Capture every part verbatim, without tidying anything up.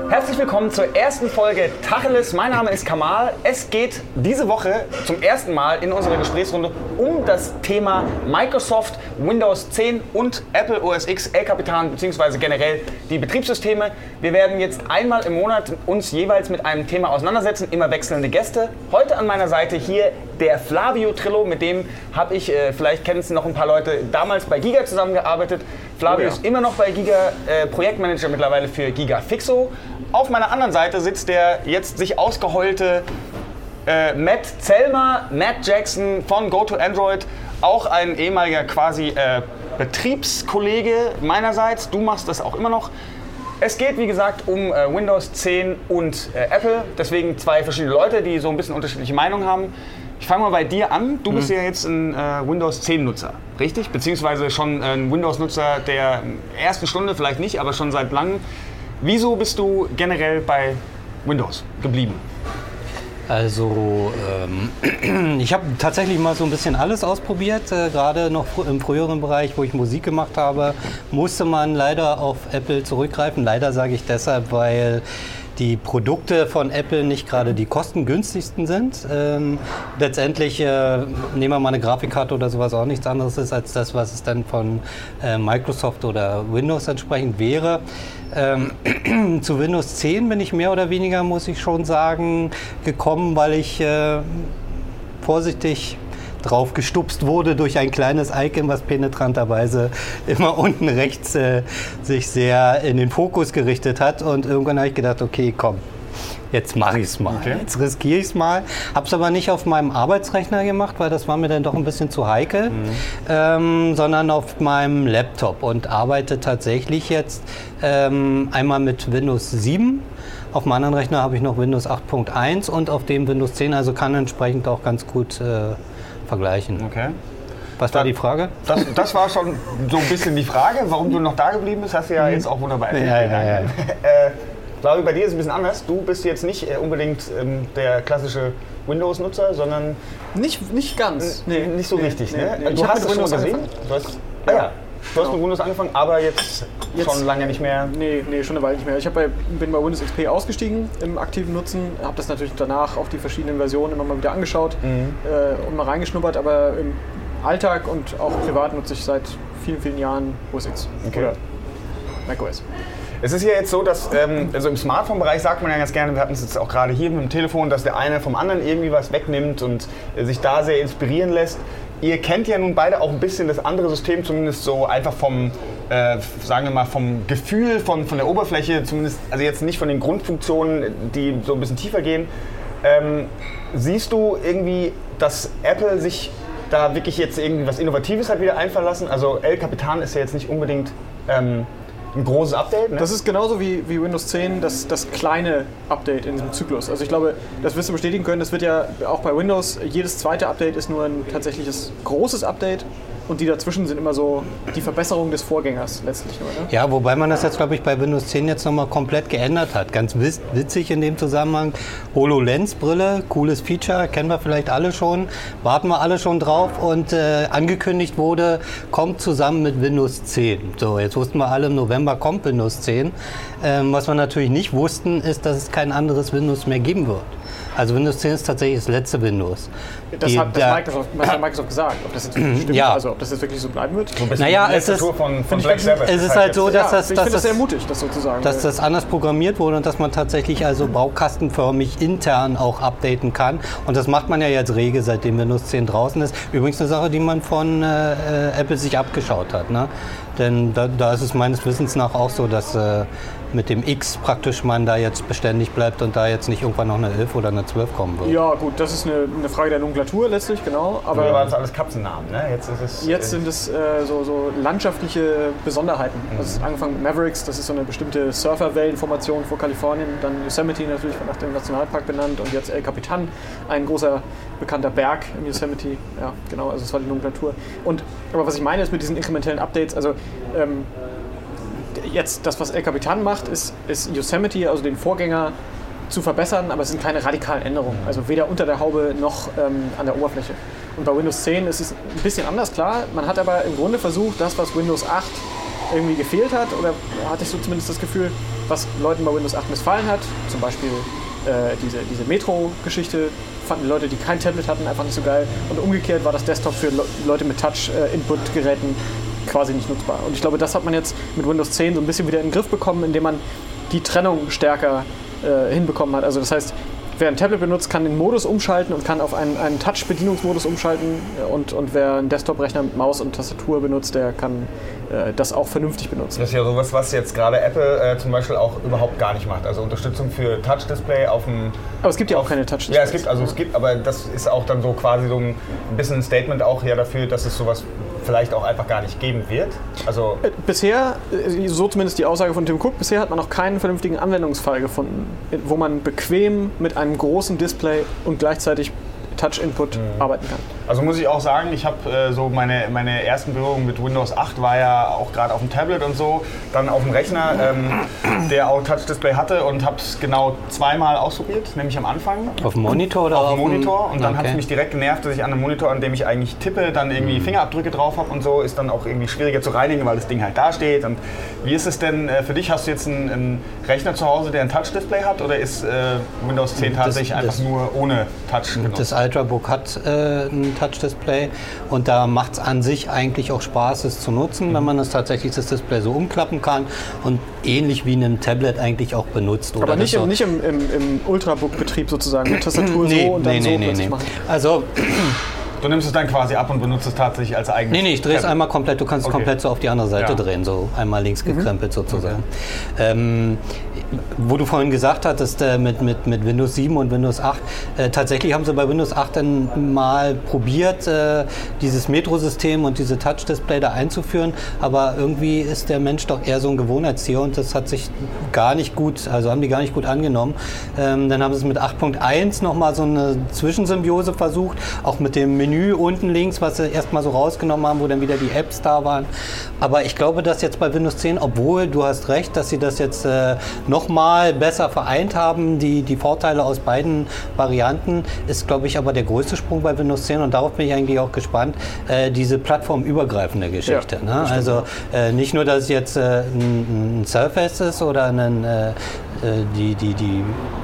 Herzlich willkommen zur ersten Folge Tacheles. Mein Name ist Kamal. Es geht diese Woche zum ersten Mal in unserer Gesprächsrunde um das Thema Microsoft, Windows zehn und Apple O S X, El Capitan bzw. generell die Betriebssysteme. Wir werden jetzt einmal im Monat uns jeweils mit einem Thema auseinandersetzen, immer wechselnde Gäste. Heute an meiner Seite hier der Flavio Trillo, mit dem habe ich, äh, vielleicht kennen Sie noch ein paar Leute, damals bei Giga zusammengearbeitet. Flavio oh ja. ist immer noch bei Giga, äh, Projektmanager mittlerweile für Giga Fixo. Auf meiner anderen Seite sitzt der jetzt sich ausgeheulte äh, Matt Zellmer, Matt Jackson von GoToAndroid, auch ein ehemaliger quasi äh, Betriebskollege meinerseits. Du machst das auch immer noch. Es geht, wie gesagt, um äh, Windows zehn und äh, Apple, deswegen zwei verschiedene Leute, die so ein bisschen unterschiedliche Meinungen haben. Ich fange mal bei dir an. Du bist mhm. ja jetzt ein äh, Windows zehn Nutzer, richtig? Beziehungsweise schon ein Windows-Nutzer der ersten Stunde, vielleicht nicht, aber schon seit langem. Wieso bist du generell bei Windows geblieben? Also ähm, ich habe tatsächlich mal so ein bisschen alles ausprobiert, äh, gerade noch im früheren Bereich, wo ich Musik gemacht habe, musste man leider auf Apple zurückgreifen. Leider sage ich deshalb, weil die Produkte von Apple nicht gerade die kostengünstigsten sind. Ähm, letztendlich äh, nehmen wir mal eine Grafikkarte oder sowas, auch nichts anderes ist als das, was es dann von äh, Microsoft oder Windows entsprechend wäre. Ähm, zu Windows zehn bin ich mehr oder weniger, muss ich schon sagen, gekommen, weil ich äh, vorsichtig drauf gestupst wurde durch ein kleines Icon, was penetranterweise immer unten rechts äh, sich sehr in den Fokus gerichtet hat. Und irgendwann habe ich gedacht, okay, komm, jetzt mache ich es mal. Okay. Jetzt riskiere ich es mal. Habe es aber nicht auf meinem Arbeitsrechner gemacht, weil das war mir dann doch ein bisschen zu heikel, mhm. ähm, sondern auf meinem Laptop und arbeite tatsächlich jetzt ähm, einmal mit Windows sieben. Auf meinem anderen Rechner habe ich noch Windows acht Punkt eins und auf dem Windows zehn, also kann entsprechend auch ganz gut äh, vergleichen. Okay. Was war da, die Frage? Das, das war schon so ein bisschen die Frage, warum du noch da geblieben bist, hast du ja jetzt auch wunderbar erklärt. Ja, ja, ja. äh, glaube, bei dir ist es ein bisschen anders. Du bist jetzt nicht unbedingt ähm, der klassische Windows-Nutzer, sondern... Nicht, nicht ganz. Nee, nicht so nee, richtig, nee, ne? Nee, du ich hast mit Windows gesehen? Du hast, ah, ja. Du hast mit Windows angefangen, aber jetzt, jetzt schon lange nicht mehr? Nee, nee, schon eine Weile nicht mehr. Ich bei, bin bei Windows X P ausgestiegen im aktiven Nutzen, habe das natürlich danach auch die verschiedenen Versionen immer mal wieder angeschaut mhm. äh, und mal reingeschnuppert, aber im Alltag und auch privat nutze ich seit vielen, vielen Jahren O S X okay. oder macOS. Es ist ja jetzt so, dass ähm, also im Smartphone-Bereich sagt man ja ganz gerne, wir hatten es jetzt auch gerade hier mit dem Telefon, dass der eine vom anderen irgendwie was wegnimmt und äh, sich da sehr inspirieren lässt. Ihr kennt ja nun beide auch ein bisschen das andere System, zumindest so einfach vom, äh, sagen wir mal, vom Gefühl, von, von der Oberfläche, zumindest, also jetzt nicht von den Grundfunktionen, die so ein bisschen tiefer gehen. Ähm, siehst du irgendwie, dass Apple sich da wirklich jetzt irgendwie was Innovatives hat wieder einfallen lassen? Also El Capitan ist ja jetzt nicht unbedingt ähm, ein großes Update, ne? Das ist genauso wie, wie Windows zehn, das, das kleine Update in diesem Zyklus. Also ich glaube, das wirst du bestätigen können, das wird ja auch bei Windows, jedes zweite Update ist nur ein tatsächliches großes Update. Und die dazwischen sind immer so die Verbesserung des Vorgängers letztlich nur. Ne? Ja, wobei man das jetzt, glaube ich, bei Windows zehn jetzt nochmal komplett geändert hat. Ganz witzig in dem Zusammenhang. HoloLens-Brille, cooles Feature, kennen wir vielleicht alle schon, warten wir alle schon drauf. Und äh, angekündigt wurde, kommt zusammen mit Windows zehn. So, jetzt wussten wir alle, im November kommt Windows zehn. Ähm, was wir natürlich nicht wussten, ist, dass es kein anderes Windows mehr geben wird. Also Windows zehn ist tatsächlich das letzte Windows. Das die, hat das Microsoft, hat Microsoft gesagt, ob das jetzt wirklich stimmt, ja. also ob das jetzt wirklich so bleiben wird. So ein bisschen naja, die es ist, von, von Black Sabbath. Es ist halt so, dass ja, das, ich dass finde das das sehr mutig, das so zu sagen. Dass das anders programmiert wurde und dass man tatsächlich also baukastenförmig intern auch updaten kann. Und das macht man ja jetzt rege, seitdem Windows zehn draußen ist. Übrigens eine Sache, die man von äh, Apple sich abgeschaut hat, ne? Denn da, da ist es meines Wissens nach auch so, dass äh, mit dem X praktisch man da jetzt beständig bleibt und da jetzt nicht irgendwann noch eine elf oder eine zwölf kommen wird. Ja gut, das ist eine, eine Frage der Nomenklatur letztlich, genau. Aber früher waren das alles Katzennamen, ne? Jetzt, ist es, jetzt sind es äh, so, so landschaftliche Besonderheiten. Mhm. Das ist angefangen mit Mavericks, das ist so eine bestimmte Surferwellenformation vor Kalifornien. Dann Yosemite natürlich nach dem Nationalpark benannt und jetzt El Capitan, ein großer bekannter Berg im Yosemite. Ja, genau, also das war die Nomenklatur. Und, aber was ich meine ist mit diesen inkrementellen Updates, also ähm, jetzt das, was El Capitan macht, ist, ist Yosemite, also den Vorgänger, zu verbessern, aber es sind keine radikalen Änderungen. Also weder unter der Haube noch ähm, an der Oberfläche. Und bei Windows zehn ist es ein bisschen anders, klar. Man hat aber im Grunde versucht, das, was Windows acht irgendwie gefehlt hat, oder hatte ich so zumindest das Gefühl, was Leuten bei Windows acht missfallen hat, zum Beispiel äh, diese, diese Metro-Geschichte, fanden die Leute, die kein Tablet hatten, einfach nicht so geil. Und umgekehrt war das Desktop für Le- Leute mit Touch-Input-Geräten quasi nicht nutzbar. Und ich glaube, das hat man jetzt mit Windows zehn so ein bisschen wieder in den Griff bekommen, indem man die Trennung stärker äh, hinbekommen hat. Also das heißt, wer ein Tablet benutzt, kann den Modus umschalten und kann auf einen, einen Touch-Bedienungsmodus umschalten. Und, und wer einen Desktop-Rechner mit Maus und Tastatur benutzt, der kann äh, das auch vernünftig benutzen. Das ist ja sowas, was jetzt gerade Apple äh, zum Beispiel auch überhaupt gar nicht macht. Also Unterstützung für Touch-Display auf dem... Aber es gibt ja auch keine Touch-Displays. Ja, es gibt, also es gibt, aber das ist auch dann so quasi so ein bisschen ein Statement auch ja dafür, dass es sowas vielleicht auch einfach gar nicht geben wird. Also äh, bisher, äh, so zumindest die Aussage von Tim Cook, bisher hat man noch keinen vernünftigen Anwendungsfall gefunden, wo man bequem mit einem großen Display und gleichzeitig Touch-Input mhm. arbeiten kann. Also muss ich auch sagen, ich habe äh, so meine, meine ersten Berührungen mit Windows acht war ja auch gerade auf dem Tablet und so, dann auf dem Rechner, ähm, der auch Touch-Display hatte und habe es genau zweimal ausprobiert, nämlich am Anfang. Auf dem Monitor oder auf auf dem Monitor? Und dann okay. hat es mich direkt genervt, dass ich an einem Monitor, an dem ich eigentlich tippe, dann irgendwie Fingerabdrücke drauf habe und so, ist dann auch irgendwie schwieriger zu reinigen, weil das Ding halt da steht. Und wie ist es denn äh, für dich? Hast du jetzt einen, einen Rechner zu Hause, der ein Touch-Display hat, oder ist äh, Windows zehn tatsächlich das, das, einfach nur ohne Touch genutzt? Das Ultrabook hat äh, ein Touch-Display und da macht es an sich eigentlich auch Spaß, es zu nutzen, mhm. wenn man es tatsächlich das Display so umklappen kann und ähnlich wie in einem Tablet eigentlich auch benutzt. Oder aber nicht, so im, nicht im, im, im Ultrabook-Betrieb sozusagen, mit Tastatur nee, so und dann nee, so nee, nee. machen. Also du nimmst es dann quasi ab und benutzt es tatsächlich als eigenes. Nee, nee, ich drehe es einmal komplett, du kannst es okay. komplett so auf die andere Seite ja. drehen, so einmal links gekrempelt mhm. sozusagen. Okay. Ähm, wo du vorhin gesagt hattest, äh, mit, mit, mit Windows sieben und Windows acht, äh, tatsächlich haben sie bei Windows acht dann mal probiert, äh, dieses Metro-System und diese Touch-Display da einzuführen, aber irgendwie ist der Mensch doch eher so ein Gewohnheitstier und das hat sich gar nicht gut, also haben die gar nicht gut angenommen. Ähm, dann haben sie es mit acht Punkt eins nochmal so eine Zwischensymbiose versucht, auch mit dem Menü unten links, was sie erstmal so rausgenommen haben, wo dann wieder die Apps da waren. Aber ich glaube, dass jetzt bei Windows zehn, obwohl du hast recht, dass sie das jetzt äh, nochmal besser vereint haben, die, die Vorteile aus beiden Varianten, ist, glaube ich, aber der größte Sprung bei Windows zehn und darauf bin ich eigentlich auch gespannt, äh, diese plattformübergreifende Geschichte. Ja, ne? Also äh, nicht nur, dass es jetzt äh, ein, ein Surface ist oder ein äh, die, die, die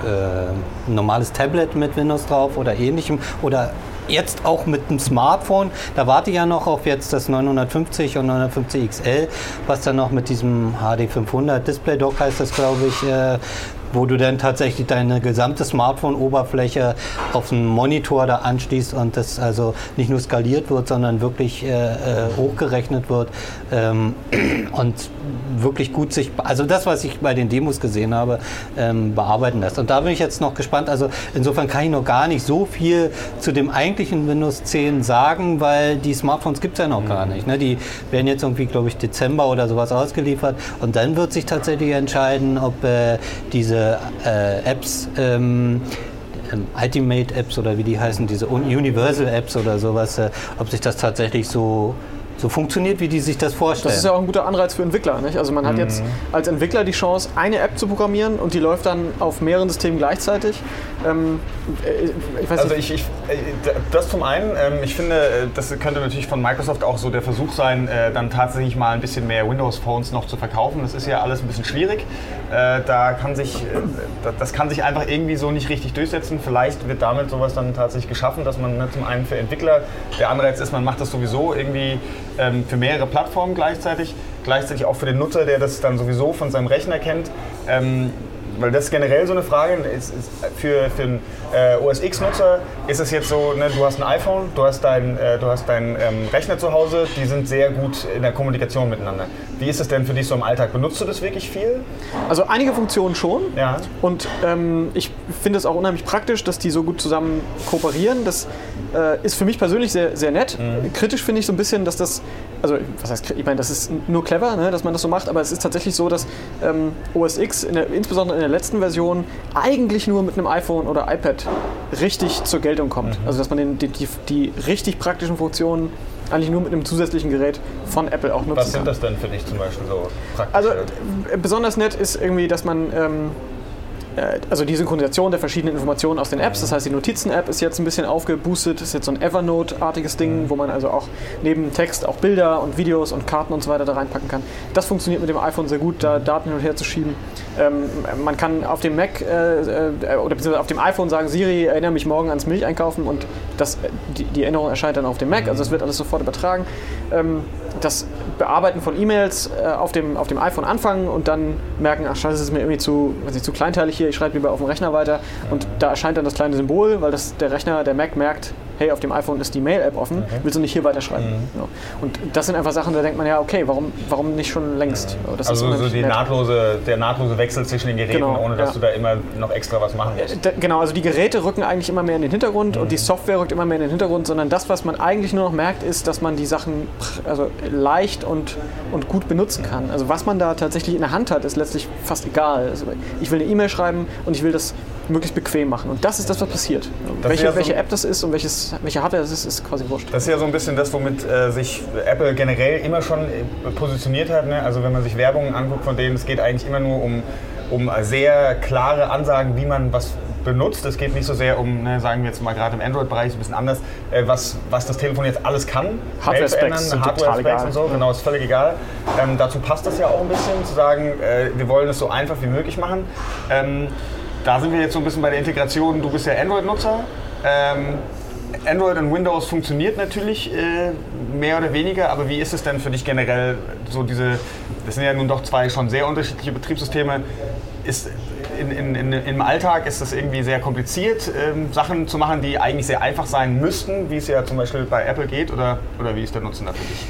äh, normales Tablet mit Windows drauf oder ähnlichem oder jetzt auch mit dem Smartphone, da warte ich ja noch auf jetzt das neunhundertfünfzig und neunhundertfünfzig X L, was dann noch mit diesem H D fünfhundert Display Dock heißt das, glaube ich, äh, wo du dann tatsächlich deine gesamte Smartphone-Oberfläche auf einen Monitor da anschließt und das also nicht nur skaliert wird, sondern wirklich äh, äh, hochgerechnet wird ähm, und wirklich gut sich, also das, was ich bei den Demos gesehen habe, ähm, bearbeiten lässt. Und da bin ich jetzt noch gespannt, also insofern kann ich noch gar nicht so viel zu dem eigentlichen Windows zehn sagen, weil die Smartphones gibt es ja noch mhm. gar nicht. Ne? Die werden jetzt irgendwie, glaube ich, Dezember oder sowas ausgeliefert und dann wird sich tatsächlich entscheiden, ob äh, diese Äh, Apps, ähm, ähm, Ultimate-Apps oder wie die heißen, diese Universal-Apps oder sowas, äh, ob sich das tatsächlich so, so funktioniert, wie die sich das vorstellen. Das ist ja auch ein guter Anreiz für Entwickler. Nicht? Also man hat mhm. jetzt als Entwickler die Chance, eine App zu programmieren und die läuft dann auf mehreren Systemen gleichzeitig. Ähm, ich weiß also nicht. Ich, ich, das zum einen, ähm, ich finde, das könnte natürlich von Microsoft auch so der Versuch sein, äh, dann tatsächlich mal ein bisschen mehr Windows-Phones noch zu verkaufen. Das ist ja alles ein bisschen schwierig. Äh, da kann sich, äh, das kann sich einfach irgendwie so nicht richtig durchsetzen. Vielleicht wird damit sowas dann tatsächlich geschaffen, dass man ne, zum einen für Entwickler, der Anreiz ist, man macht das sowieso irgendwie ähm, für mehrere Plattformen gleichzeitig, gleichzeitig auch für den Nutzer, der das dann sowieso von seinem Rechner kennt. Ähm, weil das ist generell so eine Frage, ist, ist für, für einen äh, O S X-Nutzer ist es jetzt so, ne, du hast ein iPhone, du hast deinen äh, du hast deinen ähm, Rechner zu Hause, die sind sehr gut in der Kommunikation miteinander. Wie ist es denn für dich so im Alltag? Benutzt du das wirklich viel? Also einige Funktionen schon. Ja. Und ähm, ich finde es auch unheimlich praktisch, dass die so gut zusammen kooperieren. Das äh, ist für mich persönlich sehr, sehr nett. Mhm. Kritisch finde ich so ein bisschen, dass das, also was heißt, ich meine, das ist nur clever, ne, dass man das so macht, aber es ist tatsächlich so, dass ähm, O S X, in der, insbesondere in der letzten Version, eigentlich nur mit einem iPhone oder iPad richtig zur Geltung kommt. Mhm. Also dass man den, die, die, die richtig praktischen Funktionen eigentlich nur mit einem zusätzlichen Gerät von Apple auch nutzen kann. Was sind das denn für dich zum Beispich so praktisch? Also äh, besonders nett ist irgendwie, dass man ähm, also die Synchronisation der verschiedenen Informationen aus den Apps, das heißt die Notizen-App ist jetzt ein bisschen aufgeboostet, ist jetzt so ein Evernote-artiges Ding, wo man also auch neben Text auch Bilder und Videos und Karten und so weiter da reinpacken kann. Das funktioniert mit dem iPhone sehr gut, da Daten hin und her zu schieben. Ähm, man kann auf dem Mac äh, äh, oder beziehungsweise auf dem iPhone sagen, Siri, erinnere mich morgen ans Milcheinkaufen und das, die, die Erinnerung erscheint dann auf dem Mac, also es wird alles sofort übertragen. Ähm, das Bearbeiten von E-Mails äh, auf, dem, auf dem iPhone anfangen und dann merken, ach scheiße, das ist mir irgendwie zu, weiß nicht, zu kleinteilig hier, ich schreibe lieber auf dem Rechner weiter und da erscheint dann das kleine Symbol, weil das, der Rechner, der Mac merkt, hey, auf dem iPhone ist die Mail-App offen, okay. Willst du nicht hier weiterschreiben? Mhm. Ja. Und das sind einfach Sachen, da denkt man ja, okay, warum, warum nicht schon längst? Das also ist so die nahtlose, der nahtlose Wechsel zwischen den Geräten, genau, ohne dass ja. du da immer noch extra was machen musst. Äh, genau, also die Geräte rücken eigentlich immer mehr in den Hintergrund mhm. und die Software rückt immer mehr in den Hintergrund, sondern das, was man eigentlich nur noch merkt, ist, dass man die Sachen also leicht und, und gut benutzen kann. Also was man da tatsächlich in der Hand hat, ist letztlich fast egal. Also ich will eine E-Mail schreiben und ich will das möglichst bequem machen. Und das ist das, was passiert. Das welche, ja so welche App das ist und welches, welche Hardware das ist, ist quasi wurscht. Das ist ja so ein bisschen das, womit äh, sich Apple generell immer schon äh, positioniert hat. Ne? Also wenn man sich Werbung anguckt von denen, es geht eigentlich immer nur um, um sehr klare Ansagen, wie man was benutzt. Es geht nicht so sehr um, ne, sagen wir jetzt mal gerade im Android-Bereich ein bisschen anders, äh, was, was das Telefon jetzt alles kann. Hardware-Specs Hardware-Specs und so, genau, ist völlig egal. Ähm, dazu passt das ja auch ein bisschen, zu sagen, äh, wir wollen es so einfach wie möglich machen. Ähm, Da sind wir jetzt so ein bisschen bei der Integration. Du bist ja Android-Nutzer. Ähm, Android und Windows funktioniert natürlich äh, mehr oder weniger, aber wie ist es denn für dich generell so diese, das sind ja nun doch zwei schon sehr unterschiedliche Betriebssysteme, ist in, in, in, im Alltag ist das irgendwie sehr kompliziert, ähm, Sachen zu machen, die eigentlich sehr einfach sein müssten, wie es ja zum Beispiel bei Apple geht, oder, oder wie ist der Nutzen da für dich?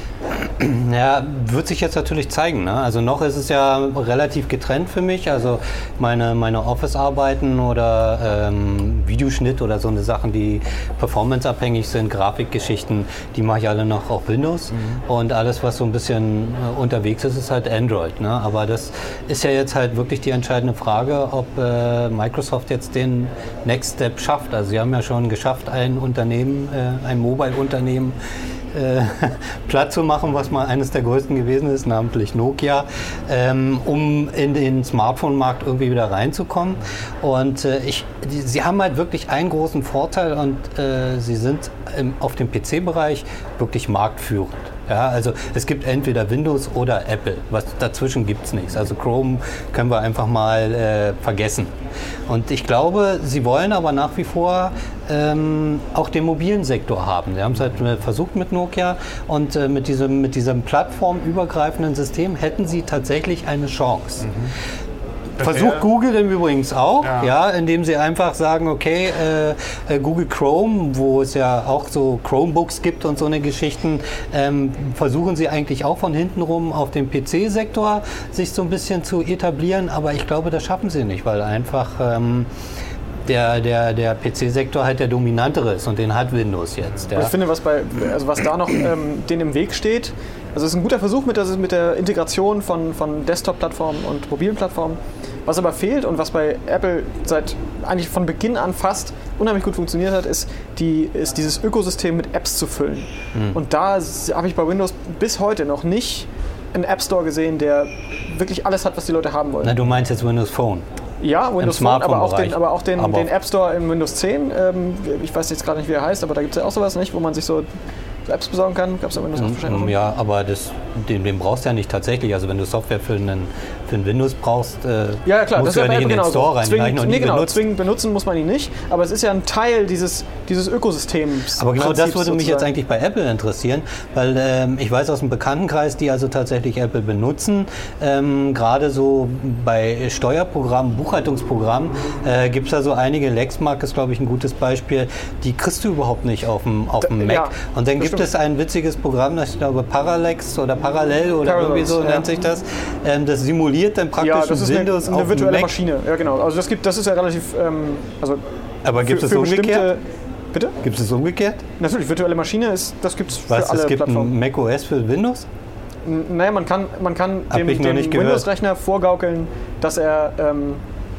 Ja, wird sich jetzt natürlich zeigen. Ne? Also noch ist es ja relativ getrennt für mich. Also meine, meine Office-Arbeiten oder ähm, Videoschnitt oder so eine Sachen, die performanceabhängig sind, Grafikgeschichten, die mache ich alle noch auf Windows. Mhm. Und alles, was so ein bisschen äh, unterwegs ist, ist halt Android. Ne? Aber das ist ja jetzt halt wirklich die entscheidende Frage, ob äh, Microsoft jetzt den Next Step schafft. Also sie haben ja schon geschafft, ein Unternehmen, äh, ein Mobile-Unternehmen äh, platt zu machen, was mal eines der größten gewesen ist, namentlich Nokia, ähm, um in den Smartphone-Markt irgendwie wieder reinzukommen. Und äh, ich, die, sie haben halt wirklich einen großen Vorteil und äh, sie sind im, auf dem P C-Bereich wirklich marktführend. Ja, also es gibt entweder Windows oder Apple, was dazwischen gibt es nichts. Also Chrome können wir einfach mal äh, vergessen. Und ich glaube, sie wollen aber nach wie vor ähm, auch den mobilen Sektor haben. Sie haben es halt versucht mit Nokia und äh, mit, diesem, mit diesem plattformübergreifenden System hätten sie tatsächlich eine Chance. Mhm. Versucht Google im Übrigens auch, ja. ja, indem sie einfach sagen, okay, äh, Google Chrome, wo es ja auch so Chromebooks gibt und so eine Geschichten, ähm, versuchen sie eigentlich auch von hinten rum auf dem P C-Sektor sich so ein bisschen zu etablieren, aber ich glaube, das schaffen sie nicht, weil einfach ähm, der, der, der P C-Sektor halt der dominantere ist und den hat Windows jetzt. Ja. Ich finde, was, bei, also was da noch ähm, denen im Weg steht, also es ist ein guter Versuch mit der, mit der Integration von, von Desktop-Plattformen und mobilen Plattformen. Was aber fehlt und was bei Apple seit eigentlich von Beginn an fast unheimlich gut funktioniert hat, ist, die, ist dieses Ökosystem mit Apps zu füllen. Mhm. Und da habe ich bei Windows bis heute noch nicht einen App Store gesehen, der wirklich alles hat, was die Leute haben wollen. Na, du meinst jetzt Windows Phone? Ja, Windows Phone, aber auch den, aber auch den, aber den App Store in Windows zehn. Ähm, ich weiß jetzt gerade nicht, wie er heißt, aber da gibt es ja auch sowas, nicht, wo man sich so Apps besorgen kann. Gab es ja Windows acht wahrscheinlich. Ja, aber das, den, den brauchst du ja nicht tatsächlich. Also wenn du Software für einen, für einen Windows brauchst, äh, ja, ja, klar, musst das du ja nicht in den Store rein. Zwingend, noch nie nee, genau, zwingend benutzen muss man ihn nicht, aber es ist ja ein Teil dieses, dieses Ökosystems. Aber genau das würde mich jetzt eigentlich bei Apple interessieren, weil ähm, ich weiß aus dem Bekanntenkreis, die also tatsächlich Apple benutzen, ähm, gerade so bei Steuerprogrammen, Buchhaltungsprogrammen, äh, gibt es da so einige, Lexmark ist glaube ich ein gutes Beispiel, die kriegst du überhaupt nicht auf dem, auf dem Mac. Ja, und dann gibt stimmt. es ein witziges Programm, das ich glaube Parallax oder Parallel oder Parallels, irgendwie so ja. nennt sich das. Ähm, das simuliert dann praktisch ja, das ist Windows eine, eine virtuelle Maschine. Ja, genau. Also das gibt, das ist ja relativ. Ähm, also Aber gibt es umgekehrt? Bitte? Gibt es umgekehrt? Natürlich, virtuelle Maschine ist, das gibt es für Was, alle es gibt Plattformen. Ein macOS für Windows? N- naja, man kann, man kann dem, dem Windows-Rechner vorgaukeln, dass er ähm,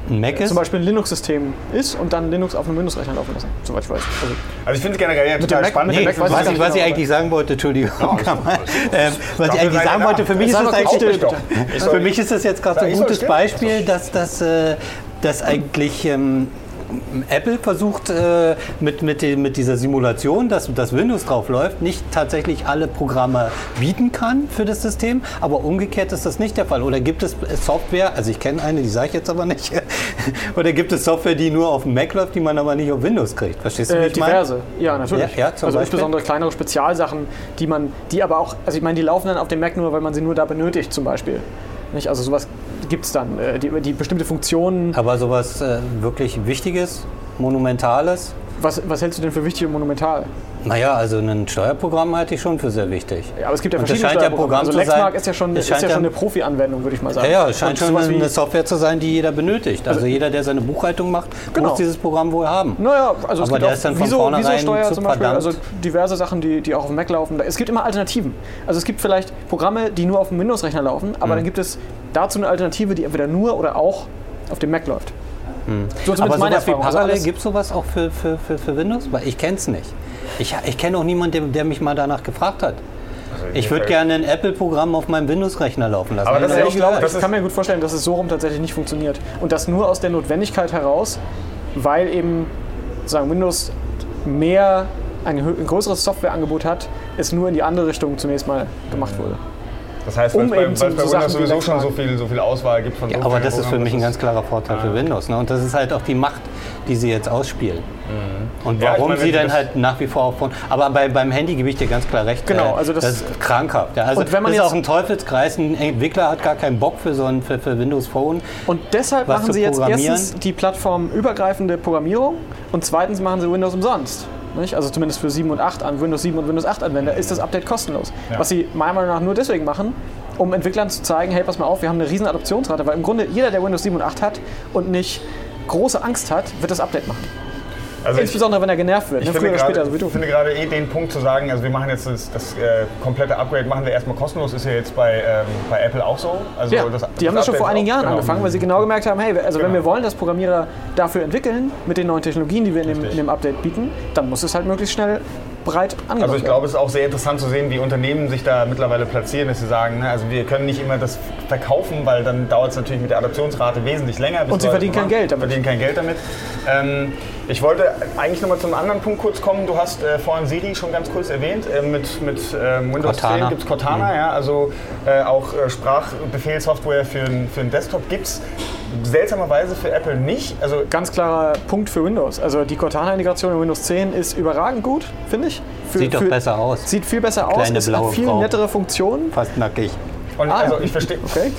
ein Mac ist? Zum Beispiel ein Linux-System ist und dann Linux auf einem Windows-Rechner laufen lassen, soweit ich weiß. Also, also ich finde es generell ja total Mac, spannend. Nee, Mac was, weiß ich, ich was ich genau, eigentlich sagen wollte, Entschuldigung, Ja, ähm, was ich eigentlich sagen wollte, für mich ist Sag das doch eigentlich, kurz still, für mich ist das jetzt gerade so Ich ein soll gutes still? Beispiel, dass das äh, dass eigentlich ähm, Apple versucht äh, mit, mit, die, mit dieser Simulation, dass das Windows drauf läuft, nicht tatsächlich alle Programme bieten kann für das System, aber umgekehrt ist das nicht der Fall. Oder gibt es Software, also ich kenne eine, die sage ich jetzt aber nicht, oder gibt es Software, die nur auf dem Mac läuft, die man aber nicht auf Windows kriegt? Verstehst du, wie Äh, ich meine? diverse, ja natürlich. Ja, ja, zum also Beispiel? insbesondere kleinere Spezialsachen, die man, die aber auch, also ich meine, die laufen dann auf dem Mac nur, weil man sie nur da benötigt zum Beispiel. Nicht? Also sowas gibt es dann, äh, die, die bestimmte Funktionen. Aber sowas äh, wirklich Wichtiges, Monumentales? Was, was hältst du denn für wichtig und monumental? Naja, also ein Steuerprogramm halte ich schon für sehr wichtig. Ja, aber es gibt ja Und das verschiedene scheint ja Steuerprogramme. Programm Also zu Lexmark sein- ist ja schon, es ist ja scheint schon ja- eine Profi-Anwendung, würde ich mal sagen. Ja, ja, es scheint Und schon sowas wie- eine Software zu sein, die jeder benötigt. Also, Also- jeder, der seine Buchhaltung macht, Genau. muss dieses Programm wohl haben. Naja, also es Aber gibt der auch ist dann von Viso, vornherein Viso-Steuer zu zum Beispiel, verdammt. also diverse Sachen, die, die auch auf dem Mac laufen. Es gibt immer Alternativen. Also es gibt vielleicht Programme, die nur auf dem Windows-Rechner laufen, aber Mhm. dann gibt es dazu eine Alternative, die entweder nur oder auch auf dem Mac läuft. So zumindest Aber meine sowas wie Erfahrung. Also Parallel, alles- gibt es sowas auch für, für, für, für Windows? Weil ich kenne es nicht. Ich, ich kenne auch niemanden, der, der mich mal danach gefragt hat. Ich würde gerne ein Apple-Programm auf meinem Windows-Rechner laufen lassen. Aber das Hab ist ich ich, echt- noch glaube, nie das ich ist- kann mir gut vorstellen, dass es so rum tatsächlich nicht funktioniert. Und das nur aus der Notwendigkeit heraus, weil eben sagen Windows mehr ein, hö- ein größeres Softwareangebot hat, es nur in die andere Richtung zunächst mal gemacht wurde. Das heißt, Um weil eben es bei, zu- weil es zu bei Windows Sachen wie sowieso schon Lexmark. so viel, so viel Auswahl gibt von Ja, so aber vielen das ist für Programmen, mich ein das ganz klarer Vorteil für Windows. Ne? Und das ist halt auch die Macht, die sie jetzt ausspielen. Und Ja, ich warum meine, sie wenn dann das- halt nach wie vor auf... Aber bei, beim Handy gebe ich dir ganz klar recht. Genau, äh, also das- ist krankhaft. Ja, also Und wenn man das ist jetzt- auch ein Teufelskreis. Ein Entwickler hat gar keinen Bock für so ein für, für Windows Phone. Und deshalb Was machen zu sie jetzt programmieren. erstens die plattformübergreifende Programmierung und zweitens machen sie Windows umsonst. Nicht? Also zumindest für sieben und acht an Windows sieben und Windows acht Anwender ist das Update kostenlos. Ja. Was sie meiner Meinung nach nur deswegen machen, um Entwicklern zu zeigen, hey, pass mal auf, wir haben eine riesen Adoptionsrate, weil im Grunde jeder, der Windows sieben und acht hat und nicht große Angst hat, wird das Update machen. Also ich, Insbesondere, wenn er genervt wird, ich ne? finde früher oder gerade, später. Also wie ich du. finde gerade eh den Punkt zu sagen, also wir machen jetzt das, das äh, komplette Upgrade, machen wir erstmal kostenlos, ist ja jetzt bei, ähm, bei Apple auch so. Also Ja, das, die haben das schon Update vor einigen auch, Jahren genau. angefangen, weil sie genau gemerkt haben, hey, also wenn Genau. wir wollen, dass Programmierer dafür entwickeln, mit den neuen Technologien, die wir in dem, Richtig. in dem Update bieten, dann muss es halt möglichst schnell breit angenommen Also ich glaube, es ist auch sehr interessant zu sehen, wie Unternehmen sich da mittlerweile platzieren, dass sie sagen, ne, also wir können nicht immer das verkaufen, weil dann dauert es natürlich mit der Adoptionsrate wesentlich länger. bis Und sie Leute verdienen kein machen. Geld damit. Verdienen kein Geld damit. Ähm, ich wollte eigentlich nochmal zum anderen Punkt kurz kommen. Du hast äh, vorhin Siri schon ganz kurz erwähnt. Äh, mit mit ähm, Windows Cortana. zehn gibt es Cortana, ja, also äh, auch äh, Sprachbefehlssoftware für, für den Desktop gibt es. Seltsamerweise für Apple nicht. Also Ganz klarer Punkt für Windows. Also die Cortana-Integration in Windows zehn ist überragend gut, finde ich. Für, Sieht doch für, besser aus. Sieht viel besser aus, Kleine es blaue hat viel Frau. nettere Funktionen. Fast nackig. und Ah, also ja. ich verstehe. Okay.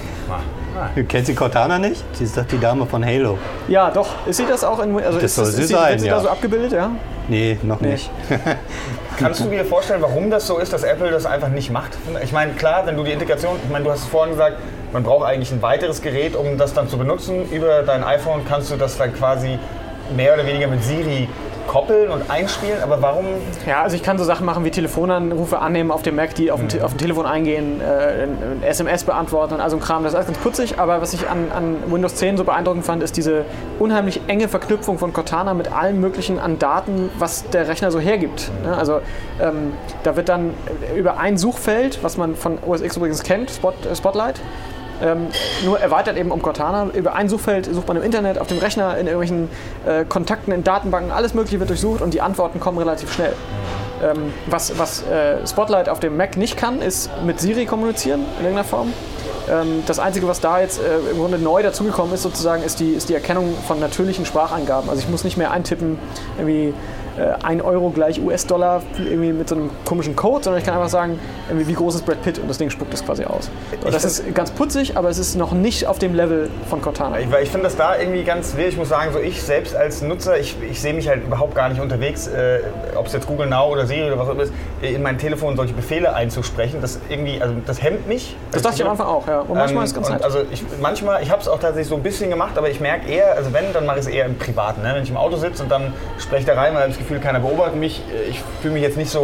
Du kennst die Cortana nicht? Sie ist doch die Dame von Halo. Ja, doch. Ist sie das auch in also Das ist, soll ist, sie ist sein, wird sie ja. da so abgebildet, ja? Nee, noch Nee. nicht. Kannst du dir vorstellen, warum das so ist, dass Apple das einfach nicht macht? Ich meine, klar, wenn du die Integration, ich meine, du hast es vorhin gesagt, man braucht eigentlich ein weiteres Gerät, um das dann zu benutzen. Über dein iPhone kannst du das dann quasi mehr oder weniger mit Siri koppeln und einspielen, aber warum? Ja, also ich kann so Sachen machen wie Telefonanrufe annehmen auf dem Mac, die auf dem, Te- auf dem Telefon eingehen, äh, ein S M S beantworten und all so ein Kram. Das ist alles ganz putzig, aber was ich an, an Windows zehn so beeindruckend fand, ist diese unheimlich enge Verknüpfung von Cortana mit allem Möglichen an Daten, was der Rechner so hergibt. Ne? Also ähm, da wird dann über ein Suchfeld, was man von O S X übrigens kennt, Spot, äh, Spotlight, Ähm, nur erweitert eben um Cortana. Über ein Suchfeld sucht man im Internet, auf dem Rechner, in irgendwelchen äh, Kontakten, in Datenbanken, alles Mögliche wird durchsucht und die Antworten kommen relativ schnell. Ähm, was was äh, Spotlight auf dem Mac nicht kann, ist mit Siri kommunizieren in irgendeiner Form. Ähm, das Einzige, was da jetzt äh, im Grunde neu dazugekommen ist, sozusagen, ist die, ist die Erkennung von natürlichen Spracheingaben. Also ich muss nicht mehr eintippen, irgendwie äh, ein Euro gleich U S-Dollar irgendwie mit so einem komischen Code, sondern ich kann einfach sagen, irgendwie, wie groß ist Brad Pitt und das Ding spuckt das quasi aus. So, das ist ganz putzig, aber es ist noch nicht auf dem Level von Cortana. Ich, weil ich finde das da irgendwie ganz wild. Ich muss sagen, so ich selbst als Nutzer, ich, ich sehe mich halt überhaupt gar nicht unterwegs, äh, ob es jetzt Google Now oder Siri oder was auch immer ist, in mein Telefon solche Befehle einzusprechen. Das irgendwie, also das hemmt mich. Das dachte ich am Anfang auch, ja. Und manchmal Ähm, ist es ganz und nett. Also ich, manchmal, ich habe es auch tatsächlich so ein bisschen gemacht, aber ich merke eher, also wenn, dann mache ich es eher im Privaten. Ne? Wenn ich im Auto sitze und dann spreche ich da rein, weil ich habe das Gefühl, keiner beobachtet mich. Ich fühle mich jetzt nicht so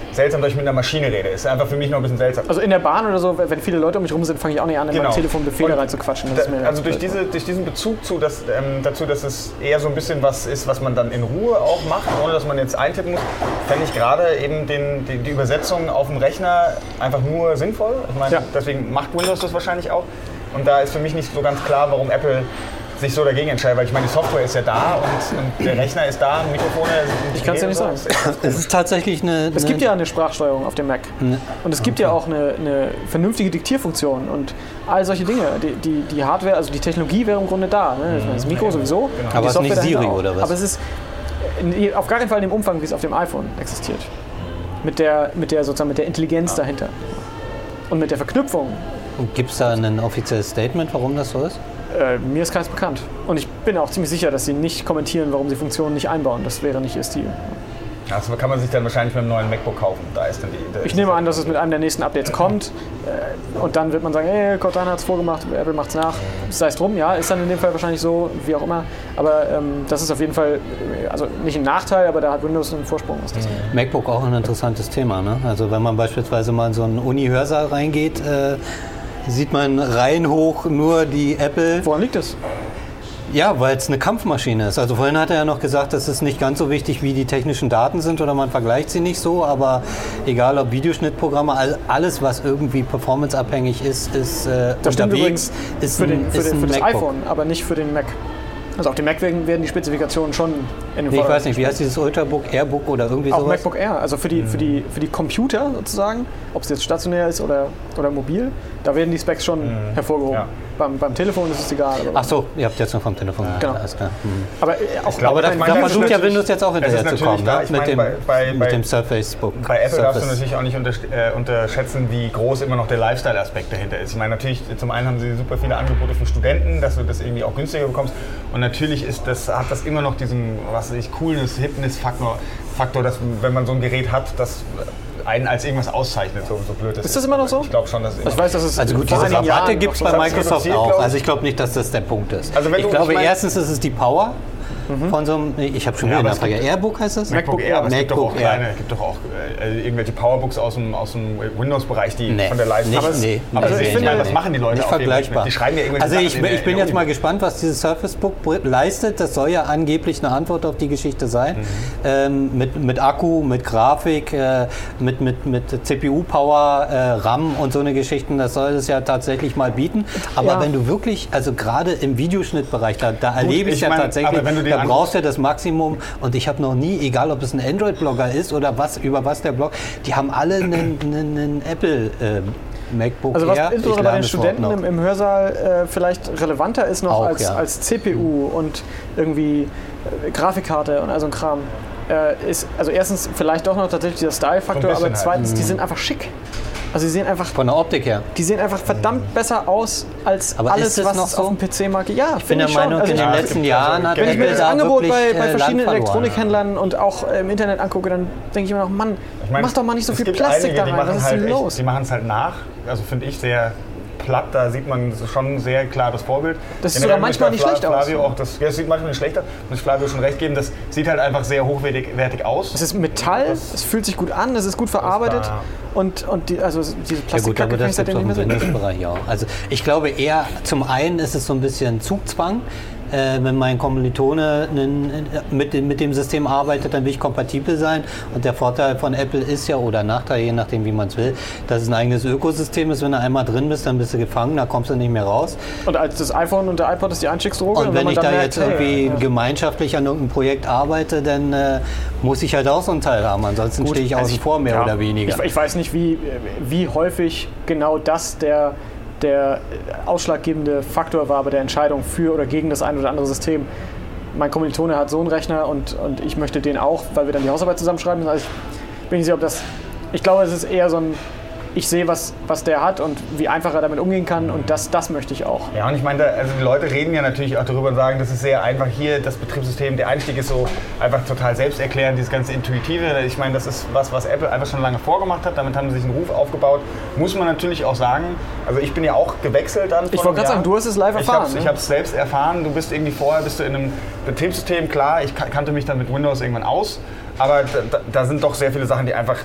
seltsam, dass ich mit einer Maschine rede. Ist einfach für mich noch ein bisschen seltsam. Also in der Bahn oder so, wenn viele Leute um mich rum sind, fange ich auch nicht an, in Genau. mein Telefon Befehle reinzuquatschen. Das Da, ist mir also durch, diese, durch diesen Bezug zu, dass, ähm, dazu, dass es eher so ein bisschen was ist, was man dann in Ruhe auch macht, ohne dass man jetzt eintippen muss, fände ich gerade eben den, die, die Übersetzung auf dem Rechner einfach nur sinnvoll. Ich meine, Ja. deswegen macht Windows das wahrscheinlich auch. Und da ist für mich nicht so ganz klar, warum Apple sich so dagegen entscheidet, weil ich meine, die Software ist ja da und, und der Rechner ist da, Mikrofone sind Ich kann's ja nicht sagen. Es ist tatsächlich eine... Es eine gibt ja eine Sprachsteuerung auf dem Mac. Ne. Und es gibt ja auch eine, eine vernünftige Diktierfunktion und all solche Dinge. Die, die, die Hardware, also die Technologie wäre im Grunde da. Ne? Das Mikro sowieso. Und Aber die es ist nicht Software dahinter Siri auch. oder was? Aber es ist in, auf gar keinen Fall in dem Umfang, wie es auf dem iPhone existiert. Mit der, mit der, sozusagen mit der Intelligenz dahinter. Und mit der Verknüpfung. Gibt es da ein offizielles Statement, warum das so ist? Äh, mir ist keins bekannt. Und ich bin auch ziemlich sicher, dass sie nicht kommentieren, warum sie Funktionen nicht einbauen. Das wäre nicht ihr Stil. Das kann man sich dann wahrscheinlich mit einem neuen MacBook kaufen. Da ist dann die, Ich nehme an, dass es mit einem der nächsten Updates kommt. Äh, und dann wird man sagen, hey, Cortana hat es vorgemacht, Apple macht es nach. Sei es drum, ja, ist dann in dem Fall wahrscheinlich so, wie auch immer. Aber ähm, das ist auf jeden Fall, also nicht ein Nachteil, aber da hat Windows einen Vorsprung. Was das Mhm. MacBook auch ein interessantes Thema. Ne? Also wenn man beispielsweise mal in so einen Uni-Hörsaal reingeht, äh, sieht man reihenhoch nur die Apple. Woran liegt das? Ja, weil es eine Kampfmaschine ist. Also vorhin hat er ja noch gesagt, das ist nicht ganz so wichtig, wie die technischen Daten sind oder man vergleicht sie nicht so, aber egal ob Videoschnittprogramme, all, alles was irgendwie performanceabhängig ist, ist äh, Das stimmt unterwegs, übrigens ist für, ein, den, für, ist den, ein für das MacBook. iPhone, aber nicht für den Mac. Also auf dem Mac werden werden die Spezifikationen schon in den Nee, ich weiß nicht, wie heißt dieses Ultrabook, Airbook oder irgendwie Auch sowas? MacBook Air, also für die, für die, für die Computer sozusagen, ob es jetzt stationär ist oder, oder mobil, da werden die Specs schon hervorgehoben. Ja. Beim, beim Telefon ist es egal. Aber, Ach so, ihr habt jetzt noch vom Telefon. Genau. Alles klar. Hm. aber äh, auch glaube, das kein- meine Da Ja, versucht das ja ist Windows jetzt auch es ist hinterher zu kommen, natürlich da. ne? Ich mit, meine, dem, bei- bei- mit bei- dem Surface Book. Bei Apple darfst du Surface. natürlich auch nicht unter, äh, unterschätzen, wie groß immer noch der Lifestyle-Aspekt dahinter ist. Ich meine, natürlich, zum einen haben sie super viele Angebote für Studenten, dass du das irgendwie auch günstiger bekommst. Und natürlich ist das, hat das immer noch diesen, was weiß ich, Coolness, Hipness-Faktor, Faktor, dass wenn man so ein Gerät hat, das einen als irgendwas auszeichnet, so, so blöd das ist. Ist das immer noch so? Ich glaube schon, dass es immer Ich weiß, dass es Also gut, vor diese einigen Jahren Rabatte noch gibt es so bei war. Microsoft reduziert, auch. glaub ich. Also ich glaube nicht, dass das der Punkt ist. Also wenn ich du- glaube, ich mein- erstens ist es die Power von so einem, nee, ich habe schon Ja, wieder aber es nachfragt. gibt- Airbook heißt es? MacBook Air, aber es gibt doch auch MacBook Air. kleine, gibt doch auch äh, irgendwelche Powerbooks aus dem, aus dem Windows-Bereich, die Nee, von der Leistung... nicht, nee, aber also ich ich finde, finde, was machen die Leute nicht auch irgendwie vergleichbar. mit? Die schreiben ja irgendwelche Also Sachen ich, in der- ich bin in der jetzt mal Uni. gespannt, was dieses Surface Book leistet. Das soll ja angeblich eine Antwort auf die Geschichte sein. Mhm. Ähm, mit, mit Akku, mit Grafik, äh, mit, mit, mit C P U-Power, äh, RAM und so eine Geschichten. Das soll es ja tatsächlich mal bieten. Aber Ja. wenn du wirklich, also gerade im Videoschnittbereich, da, da erlebe ich ich ja meine, tatsächlich, aber wenn du dir da anguckst- brauchst du ja das Maximum. Und ich habe noch nie, egal ob es ein Android-Blogger ist oder was, über was der Blog, die haben alle einen, einen, einen Apple ähm, MacBook Also was Air. Ich insbesondere bei lerne den das Wort Studenten noch. im, im Hörsaal äh, vielleicht relevanter ist noch Auch, als, ja. als C P U und irgendwie äh, Grafikkarte und all so ein Kram. Äh, ist, also erstens vielleicht doch noch tatsächlich dieser Style-Faktor, So ein bisschen aber zweitens, halt. die sind einfach schick. Also die sehen einfach, Von der Optik her. die sehen einfach verdammt besser aus als Aber alles, ist es was noch es so? auf dem P C mag. Ja, Ich bin der schon. Meinung, Also in ich- den Ja, es letzten gibt Jahren also- hat Wenn Wenn ich mir Apple das da Angebot wirklich bei, bei äh, verschiedenen Land verloren. Elektronikhändlern und auch äh, im Internet angucke, dann denke ich mir noch, Mann, Ich meine, mach doch mal nicht so es viel gibt Plastik einige, da die rein, machen was ist halt denn echt- los? Die machen es halt nach, also finde ich sehr platt, da sieht man schon sehr klar das Vorbild. Das sieht Generell sogar muss manchmal ich nicht da schlecht aus. Flavio auch das, ja, das sieht manchmal nicht schlecht aus, muss ich Flavio schon recht geben, das sieht halt einfach sehr hochwertig wertig aus. Es ist Metall, es fühlt sich gut an, es ist gut verarbeitet war- und, und die, also diese Ja gut, Plastikkacke aber kann das ich gibt seitdem es nicht auch mehr im sehen. Windows-Bereich auch. Also ich glaube eher, zum einen ist es so ein bisschen Zugzwang. Äh, wenn mein Kommilitone nen- mit, dem- mit dem System arbeitet, dann will ich kompatibel sein. Und der Vorteil von Apple ist ja, oder Nachteil, je nachdem wie man es will, dass es ein eigenes Ökosystem ist. Wenn du einmal drin bist, dann bist du gefangen, da kommst du nicht mehr raus. Und als das iPhone und der iPod ist die Einstiegsdroge. Und wenn man ich dann da merkt, jetzt irgendwie hey, gemeinschaftlich an irgendeinem Projekt arbeite, dann äh, muss ich halt auch so einen Teil haben. Ansonsten Gut, stehe ich außen also ich- vor, mehr ja, oder weniger. Ich, ich weiß nicht, wie, wie häufig genau das der, der ausschlaggebende Faktor war bei der Entscheidung für oder gegen das ein oder andere System. Mein Kommilitone hat so einen Rechner und, und ich möchte den auch, weil wir dann die Hausarbeit zusammenschreiben müssen. Also ich bin nicht sicher, ob das... Ich glaube, es ist eher so ein... Ich sehe, was, was der hat und wie einfach er damit umgehen kann und das, das möchte ich auch. Ja, und ich meine, da, also die Leute reden ja natürlich auch darüber und sagen, das ist sehr einfach hier, das Betriebssystem, der Einstieg ist so einfach total selbsterklärend, dieses ganze Intuitive. Ich meine, das ist was, was Apple einfach schon lange vorgemacht hat, damit haben sie sich einen Ruf aufgebaut. Muss man natürlich auch sagen, also ich bin ja auch gewechselt dann. Ich wollte gerade sagen, du hast es live Ich erfahren. habe ne? ich hab's selbst erfahren, du bist irgendwie vorher, bist du in einem Betriebssystem, klar, ich kan- kannte mich dann mit Windows irgendwann aus, aber da, da sind doch sehr viele Sachen, die einfach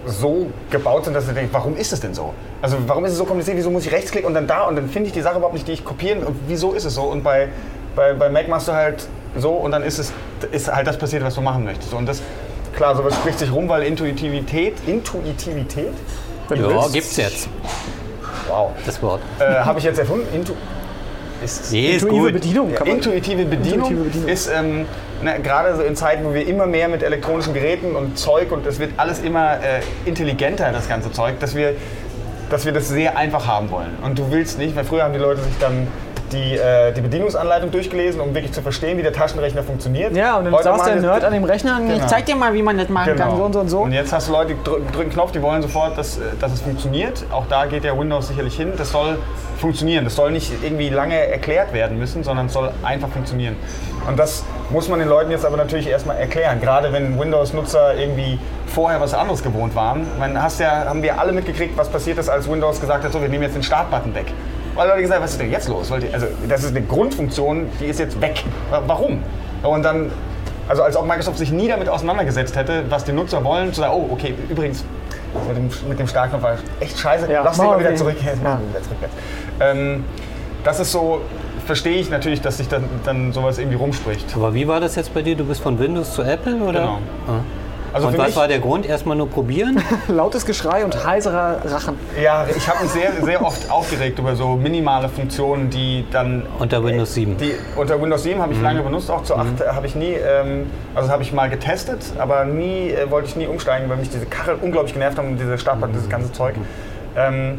so gebaut sind, dass du denkst, warum ist es denn so? Also warum ist es so kompliziert, wieso muss ich rechtsklicken und dann da und dann finde ich die Sache überhaupt nicht, die ich kopieren und wieso ist es so? Und bei, bei, bei Mac machst du halt so und dann ist es ist halt das passiert, was du machen möchtest. Und das, klar, sowas spricht sich rum, weil Intuitivität, Intuitivität? Ja, gibt's jetzt. Wow. Das Wort. Äh, habe ich jetzt erfunden. Intu ist nee, ist intuitive gut. Bedienung. ja, Kann man intuitive Bedienung, intuitive Bedienung. ist ähm, na, gerade so in Zeiten, wo wir immer mehr mit elektronischen Geräten und Zeug und es wird alles immer äh, intelligenter, das ganze Zeug, dass wir, dass wir das sehr einfach haben wollen. Und du willst nicht, weil früher haben die Leute sich dann die, äh, die Bedienungsanleitung durchgelesen, um wirklich zu verstehen, wie der Taschenrechner funktioniert. Ja, und dann Heute saß machen der wir- Nerd an dem Rechner und Genau. ich zeig dir mal, wie man das machen kann, so und so und so. Und jetzt hast du Leute, die drü- drücken einen Knopf, die wollen sofort, dass, äh, dass es funktioniert. Auch da geht ja Windows sicherlich hin. Das soll funktionieren. Das soll nicht irgendwie lange erklärt werden müssen, sondern es soll einfach funktionieren. Und das muss man den Leuten jetzt aber natürlich erstmal erklären. Gerade wenn Windows-Nutzer irgendwie vorher was anderes gewohnt waren. Man hast ja, haben wir alle mitgekriegt, was passiert ist, als Windows gesagt hat, so, wir nehmen jetzt den Startbutton weg. Weil Leute gesagt haben, was ist denn jetzt los? Weil die, also das ist eine Grundfunktion, die ist jetzt weg. Warum? Und dann, also als ob Microsoft sich nie damit auseinandergesetzt hätte, was die Nutzer wollen, zu sagen, oh, okay, übrigens, mit dem, mit dem Startknopf war echt scheiße, Ja, lass den machen mal wir wieder den. zurück. Jetzt Ja. machen wir wieder zurück. Ähm, das ist so, verstehe ich natürlich, dass sich dann, dann sowas irgendwie rumspricht. Aber wie war das jetzt bei dir? Du bist von Windows zu Apple, oder? Genau. Ah. Also Und für was mich, war der Grund? Erstmal nur probieren? Lautes Geschrei und heiserer Rachen. ja, ich habe mich sehr, sehr oft aufgeregt über so minimale Funktionen, die dann Unter Windows sieben. Die, unter Windows sieben habe ich lange benutzt, auch zu acht habe ich nie, ähm, also habe ich mal getestet, aber nie äh, wollte ich nie umsteigen, weil mich diese Kachel unglaublich genervt haben und diese Startbutton, dieses ganze Zeug. Ähm,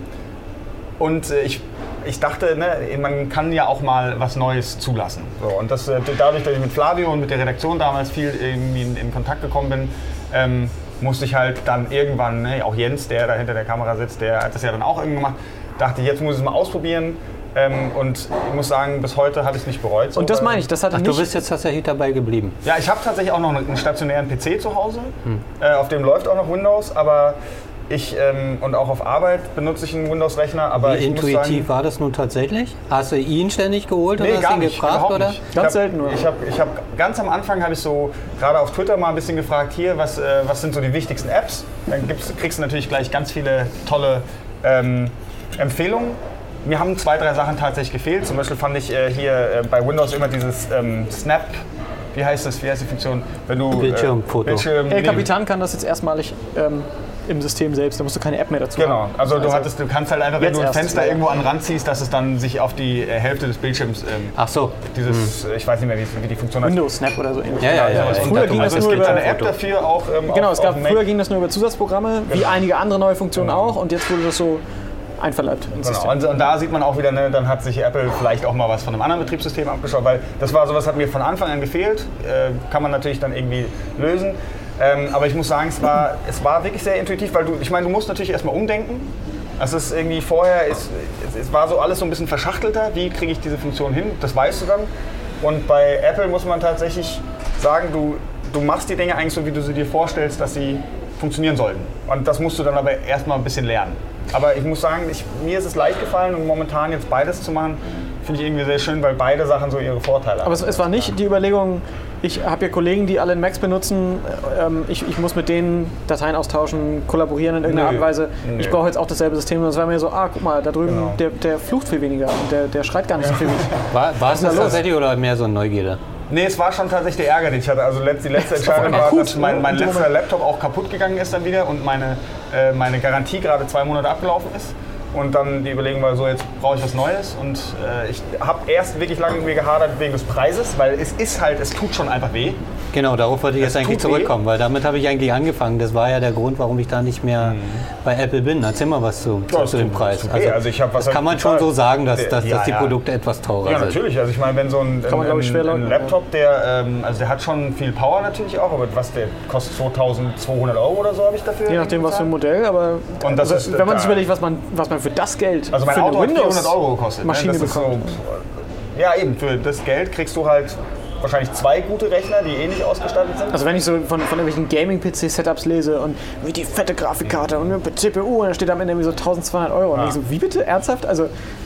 und äh, ich, ich dachte, ne, man kann ja auch mal was Neues zulassen. So, und das, äh, dadurch, dass ich mit Flavio und mit der Redaktion damals viel irgendwie in, in Kontakt gekommen bin, ähm, musste ich halt dann irgendwann, ne, auch Jens, der da hinter der Kamera sitzt, der hat das ja dann auch irgendwie gemacht, dachte ich, jetzt muss ich es mal ausprobieren. Ähm, und ich muss sagen, bis heute habe ich es nicht bereut. So, Und das weil- meine ich, das hatte Ach, nicht... du bist jetzt tatsächlich dabei geblieben. Ja, ich habe tatsächlich auch noch einen stationären P C zu Hause, äh, auf dem läuft auch noch Windows, aber ich, ähm, und auch auf Arbeit benutze ich einen Windows-Rechner, aber Wie ich muss intuitiv sagen, war das nun tatsächlich? Hast du ihn ständig geholt nee, oder hast gar ihn nicht, gefragt? überhaupt Oder? nicht. Ich Ganz hab, selten nur. Ich habe ich hab, ganz am Anfang habe ich so, gerade auf Twitter mal ein bisschen gefragt, hier, was, äh, was sind so die wichtigsten Apps? Dann gibt's, kriegst du natürlich gleich ganz viele tolle ähm, Empfehlungen. Mir haben zwei, drei Sachen tatsächlich gefehlt. Zum Beispiel fand ich äh, hier äh, bei Windows immer dieses ähm, Snap, wie heißt das, wie heißt die Funktion? Wenn du, Bildschirmfoto. Äh, Bildschirm, El nee, Capitan kann das jetzt erstmalig ähm, im System selbst, da musst du keine App mehr dazu Genau, haben. also du, hattest, du kannst halt einfach, wenn jetzt du ein erst, Fenster ja. irgendwo an den Rand ziehst, dass es dann sich auf die äh, Hälfte des Bildschirms, ähm, Ach so. dieses, äh, ich weiß nicht mehr, wie, wie die Funktion heißt. Windows Snap oder so ähnlich. Ja, ja, ja. sowas. ja. Und Früher dazu- ging das also es nur gibt über- eine App dafür auch ähm, Genau, auf, es gab, auf Mac. früher ging das nur über Zusatzprogramme, wie Genau. einige andere neue Funktionen auch, und jetzt wurde das so einverleibt ins Genau. System. Und, und da sieht man auch wieder, ne, dann hat sich Apple vielleicht auch mal was von einem anderen Betriebssystem abgeschaut, weil das war sowas, hat mir von Anfang an gefehlt, äh, kann man natürlich dann irgendwie lösen. Ähm, aber ich muss sagen, es war, es war wirklich sehr intuitiv, weil du, ich meine, du musst natürlich erstmal umdenken. Es ist irgendwie vorher, es, es war so alles so ein bisschen verschachtelter, wie kriege ich diese Funktion hin, das weißt du dann. Und bei Apple muss man tatsächlich sagen, du, du machst die Dinge eigentlich so, wie du sie dir vorstellst, dass sie funktionieren sollten. Und das musst du dann aber erstmal ein bisschen lernen. Aber ich muss sagen, ich, mir ist es leicht gefallen und momentan jetzt beides zu machen, finde ich irgendwie sehr schön, weil beide Sachen so ihre Vorteile haben. Aber es, es war nicht die Überlegung, ich habe ja Kollegen, die alle einen Macs benutzen, ähm, ich, ich muss mit denen Dateien austauschen, kollaborieren in irgendeiner Nö. Art und Weise. Nö. Ich brauche jetzt auch dasselbe System. Und es war mir so, ah, guck mal, da drüben, Genau. der, der flucht viel weniger und der, der schreit gar nicht so viel. War, war es da das los? tatsächlich oder mehr so eine Neugierde? Nee, es war schon tatsächlich der Ärger, den ich hatte. Also letzt, die letzte ist doch Entscheidung einfach war, gut, dass mein, ne? mein In dem letzter Moment. Laptop auch kaputt gegangen ist dann wieder und meine, äh, meine Garantie gerade zwei Monate abgelaufen ist. Und dann die Überlegung war so, jetzt brauche ich was Neues. Und äh, ich habe erst wirklich lange mit mir gehadert wegen des Preises, weil es ist halt, es tut schon einfach weh. Genau, darauf wollte ich Es jetzt eigentlich tut weh. zurückkommen, weil damit habe ich eigentlich angefangen. Das war ja der Grund, warum ich da nicht mehr bei Apple bin. Erzähl mal was zu, Ja, zu, es zu dem tut- Preis. es tut weh. Also ich hab was das kann man halt schon bezahlt. so sagen, dass, dass, Ja, dass die ja. Produkte etwas teurer Ja, sind. natürlich. Also ich meine, wenn so ein, Kann man, ein, glaub ich, schwer ein, ein leugnen, Laptop, der, ähm, also der hat schon viel Power natürlich auch, aber was, der kostet zweitausendzweihundert Euro oder so habe ich dafür. Je nachdem, was für ein bezahlt. Modell, aber Und das also, ist- wenn man sich da- überlegt, was man, was man für das Geld Also mein für Auto eine hat vierhundert Euro Windows gekostet. Ne? Maschine Das ist bekommt. So, ja eben, für das Geld kriegst du halt wahrscheinlich zwei gute Rechner, die ähnlich ausgestattet sind. Also wenn ich so von, von irgendwelchen Gaming-P C-Setups lese und wie die fette Grafikkarte und eine C P U und dann steht am Ende irgendwie so eintausendzweihundert Euro. Und Ja. ich so, wie bitte? Ernsthaft? Also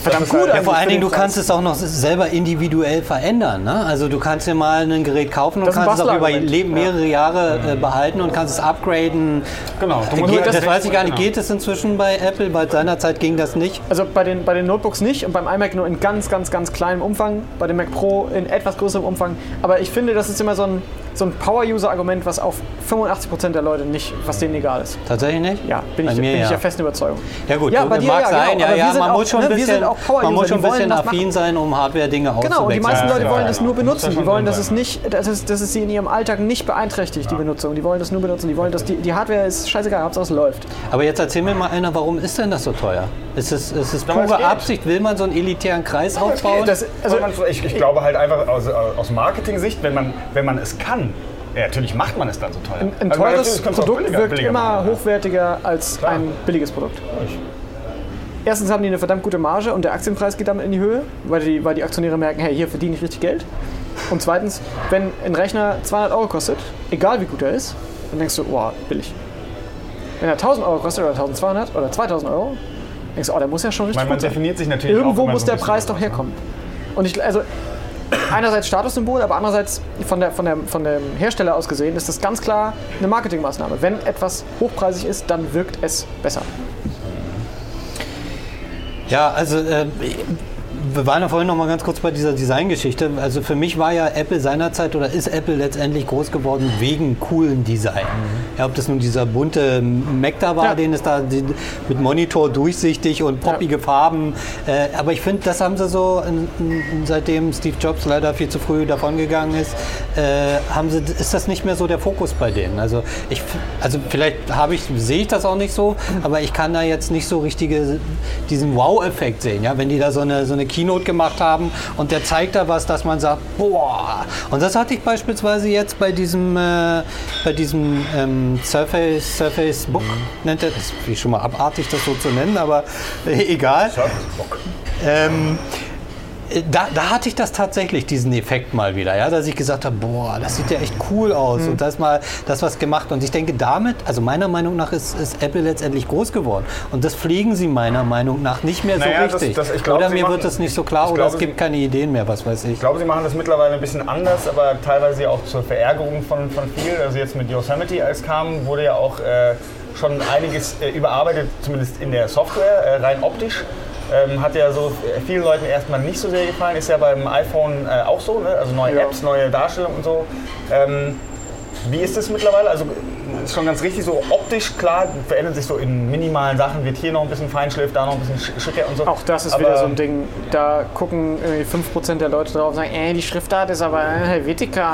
verdammt gut. gut. Ja, vor allen Dingen, du kannst es auch noch selber individuell verändern. Ne? Also du kannst dir mal ein Gerät kaufen und kannst es auch über mehrere Jahre äh, behalten und kannst es upgraden. Genau. Du Geht, das, das weiß ich gar nicht. Genau. Geht es inzwischen bei Apple? Bei seiner Zeit ging das nicht. Also bei den, bei den Notebooks nicht und beim iMac nur in ganz, ganz, ganz kleinem Umfang. Bei dem Mac Pro in etwas größerem Umfang. Aber ich finde, das ist immer so ein, so ein Power-User-Argument, was auf fünfundachtzig Prozent der Leute nicht, was denen egal ist. Tatsächlich nicht? Ja, bin, bei ich, mir, bin ja. ich der festen Überzeugung. Ja gut, ja, du, bei dir, mag ja, sein. genau. Ja, ja, man man muss schon ein bisschen, man muss schon ein bisschen affin sein, um Hardware-Dinge auszuwechseln. Genau, und die meisten Ja, Leute ja, wollen ja, das genau. nur benutzen. Das Die muss wollen, schon dass es, nicht, dass, es, dass es sie in ihrem Alltag nicht beeinträchtigt, die Benutzung. Die wollen das nur benutzen. Die wollen, dass die, die Hardware ist scheißegal, Hauptsache es läuft. Aber jetzt erzähl mir mal einer, warum ist denn das so teuer? Ist es, ist es Aber es pure geht. Absicht? Will man so einen elitären Kreis aufbauen? Das, also, Also, ich, ich glaube halt einfach aus, aus Marketing-Sicht, wenn man, wenn man es kann, ja, natürlich macht man es dann so teuer. ein Also, teures natürlich kannst du auch Produkt billiger- wirkt billiger immer machen, ja. hochwertiger als Klar. ein billiges Produkt. Erstens haben die eine verdammt gute Marge und der Aktienpreis geht damit in die Höhe, weil die, weil die Aktionäre merken, hey, hier verdiene ich richtig Geld. Und zweitens, wenn ein Rechner zweihundert Euro kostet, egal wie gut er ist, dann denkst du, wow, billig. Wenn er tausend Euro kostet oder tausendzweihundert oder zweitausend Euro, denkst du, oh, der muss ja schon Ich richtig meine, man gut sein. definiert sich natürlich auch Irgendwo immer muss so ein der bisschen Preis doch was, ne? herkommen. Und ich, also einerseits Statussymbol, aber andererseits von, der, von, der, von dem Hersteller aus gesehen ist das ganz klar eine Marketingmaßnahme. Wenn etwas hochpreisig ist, dann wirkt es besser. Ja, also äh, wir waren ja vorhin noch mal ganz kurz bei dieser Designgeschichte. Also für mich war ja Apple seinerzeit oder ist Apple letztendlich groß geworden wegen coolen Design. Mhm. Ja, ob das nun dieser bunte Mac da war, Ja. den es da die, mit Monitor durchsichtig und poppige Ja. Farben. Äh, aber ich finde, das haben sie so, in, in, seitdem Steve Jobs leider viel zu früh davongegangen ist, äh, haben sie, ist das nicht mehr so der Fokus bei denen. Also, ich, also vielleicht habe ich, sehe ich das auch nicht so, aber ich kann da jetzt nicht so richtige, diesen Wow-Effekt sehen. Ja? Wenn die da so eine, so eine Keynote gemacht haben und der zeigt da was, dass man sagt, boah. Und das hatte ich beispielsweise jetzt bei diesem, äh, bei diesem ähm, Surface, Surface Book, nennt er, ist wie schon mal abartig, das so zu nennen, aber äh, egal. Ähm, Da, da hatte ich das tatsächlich, diesen Effekt mal wieder, ja, dass ich gesagt habe, boah, das sieht ja echt cool aus Mhm. und da ist mal das was gemacht. Und ich denke, damit, also meiner Meinung nach, ist, ist Apple letztendlich groß geworden. Und das pflegen sie meiner Meinung nach nicht mehr so Naja, das- richtig. das- ich glaub, oder sie mir machen- wird das nicht so klar ich oder glaube, es gibt sie- keine Ideen mehr, was weiß ich. Ich glaube, sie machen das mittlerweile ein bisschen anders, aber teilweise auch zur Verärgerung von, von vielen. Also jetzt mit Yosemite, als kam, wurde ja auch äh, schon einiges äh, überarbeitet, zumindest in der Software, äh, rein optisch. Ähm, hat ja so vielen Leuten erstmal nicht so sehr gefallen, ist ja beim iPhone äh, auch so, ne? Also neue Ja. Apps, neue Darstellungen und so. Ähm, wie ist das mittlerweile? Also ist schon ganz richtig so optisch, klar, verändert sich so in minimalen Sachen, wird hier noch ein bisschen Feinschliff, da noch ein bisschen sch- schicker und so. Auch das ist Aber wieder so ein Ding, da gucken irgendwie fünf Prozent der Leute drauf und sagen, äh, die Schriftart ist aber äh, Helvetica.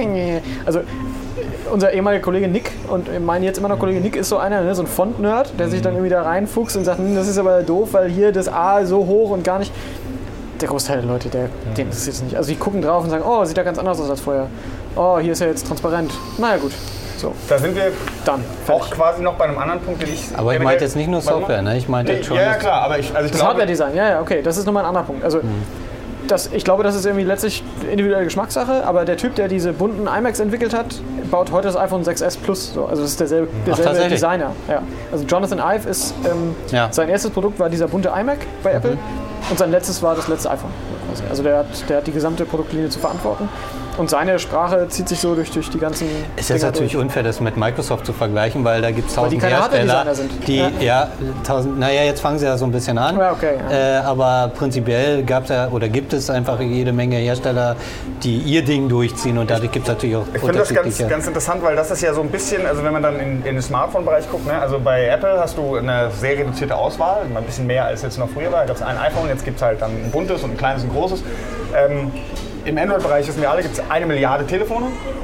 Also unser ehemaliger Kollege Nick, und mein jetzt immer noch Kollege Nick ist so einer, ne, so ein Font-Nerd, der sich dann irgendwie da reinfuchst und sagt, hm, das ist aber doof, weil hier das A so hoch und gar nicht. Der Großteil der Leute, der, den interessiert es nicht. Also die gucken drauf und sagen, oh, sieht ja ganz anders aus als vorher. Oh, hier ist ja jetzt transparent. Naja gut, so, Da sind wir dann. auch Fertig. quasi noch bei einem anderen Punkt, den ich. Aber ich generell- meinte jetzt nicht nur Warte mal. Software, ne? Ich meinte Nee, jetzt schon. ja, ja, dass- klar, aber ich, also ich Das glaube, Hardware-Design, ja, ja, okay, das ist nochmal ein anderer Punkt. Also, das, ich glaube, das ist irgendwie letztlich individuelle Geschmackssache, aber der Typ, der diese bunten iMacs entwickelt hat, baut heute das iPhone sechs S Plus. So. Also das ist derselbe, derselbe tatsächlich? Designer. Ja. Also Jonathan Ive ist, ähm, Ja. sein erstes Produkt war dieser bunte iMac bei Apple und sein letztes war das letzte iPhone. quasi. Also der hat, der hat die gesamte Produktlinie zu verantworten. Und seine Sprache zieht sich so durch, durch die ganzen. Es ist Dinger natürlich durch. unfair, das mit Microsoft zu vergleichen, weil da gibt es Weil die tausend keine Hersteller, Hardware-Designer sind. die, Ja. ja, tausend, naja, jetzt fangen sie ja so ein bisschen an, Ja, okay, ja. Äh, aber prinzipiell gab es ja, oder gibt es einfach jede Menge Hersteller, die ihr Ding durchziehen und dadurch gibt es natürlich auch Ich finde das ganz, unterschiedliche. ganz interessant, weil das ist ja so ein bisschen, also wenn man dann in, in den Smartphone-Bereich guckt, ne, also bei Apple hast du eine sehr reduzierte Auswahl, ein bisschen mehr als jetzt noch früher war. Da gab es ein iPhone, jetzt gibt es halt dann ein buntes und ein kleines und ein großes. Ähm, Im Android-Bereich, wissen wir alle, gibt es eine Milliarde Telefone.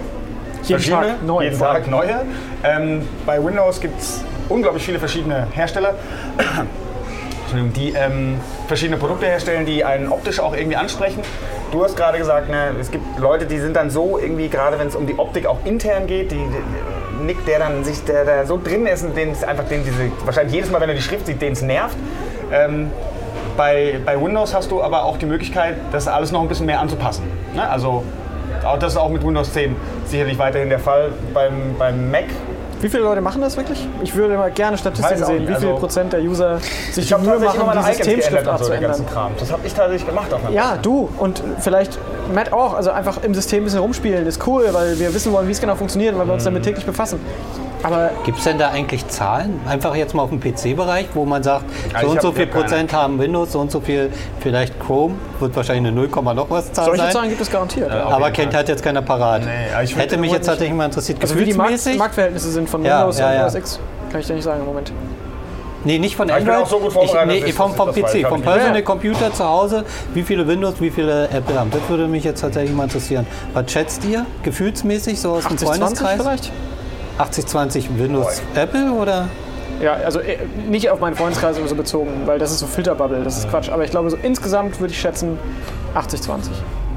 Jeden Verschiedene, Tag neue. jeden Tag neue. Ähm, bei Windows gibt es unglaublich viele verschiedene Hersteller, Entschuldigung, die ähm, verschiedene Produkte herstellen, die einen optisch auch irgendwie ansprechen. Du hast gerade gesagt, ne, es gibt Leute, die sind dann so irgendwie, gerade wenn es um die Optik auch intern geht, die, die Nick, der dann sich, der, der so drin ist und den es einfach den diese, wahrscheinlich jedes Mal, wenn er die Schrift sieht, den es nervt. Ähm, Bei, bei Windows hast du aber auch die Möglichkeit, das alles noch ein bisschen mehr anzupassen. Ne? Also auch das ist auch mit Windows zehn sicherlich weiterhin der Fall. Beim, beim Mac Wie viele Leute machen das wirklich? Ich würde mal gerne Statistiken sehen, nicht. wie viel Also, Prozent der User sich Ich die habe Mühe tatsächlich immer machen, meine die Icons geändert Systemschriftart und so, zu den ändern. ganzen Kram. Das habe ich tatsächlich gemacht auf meinem Ja, du und vielleicht Matt auch. Also einfach im System ein bisschen rumspielen ist cool, weil wir wissen wollen, wie es genau funktioniert und weil wir uns damit täglich befassen. Aber gibt es denn da eigentlich Zahlen? Einfach jetzt mal auf dem P C-Bereich, wo man sagt, Ja, so ich und so hab viel keine. Prozent haben Windows, so und so viel vielleicht Chrome, wird wahrscheinlich eine null, noch was Zahl solche sein. Zahlen gibt es garantiert. Ja, ja. auf Aber jeden kennt Fall. halt jetzt keiner parat. Nee, aber ich würd- Hätte mich würd jetzt tatsächlich mal interessiert, Also wie die Markt, gefühlsmäßig. Marktverhältnisse sind von Ja, Windows ja, und ja. O S X, kann ich dir nicht sagen im Moment. Nee, nicht von Aber ich bin Android. auch so gut vorbereitet, ich, dass nee, ich vom, das- vom das P weiß. C, Hab vom ich nicht. Personal Ja. Computer zu Hause, wie viele Windows, wie viele Apple haben. Das würde mich jetzt tatsächlich mal interessieren. Was schätzt ihr, gefühlsmäßig, so aus dem achtzig zwanzig Freundeskreis? vielleicht? achtzig zwanzig Windows Apple oder? Ja, also äh, nicht auf meinen Freundeskreis oder so bezogen, weil das ist so Filterbubble, das ist Quatsch. Aber ich glaube, so insgesamt würde ich schätzen achtzig zwanzig.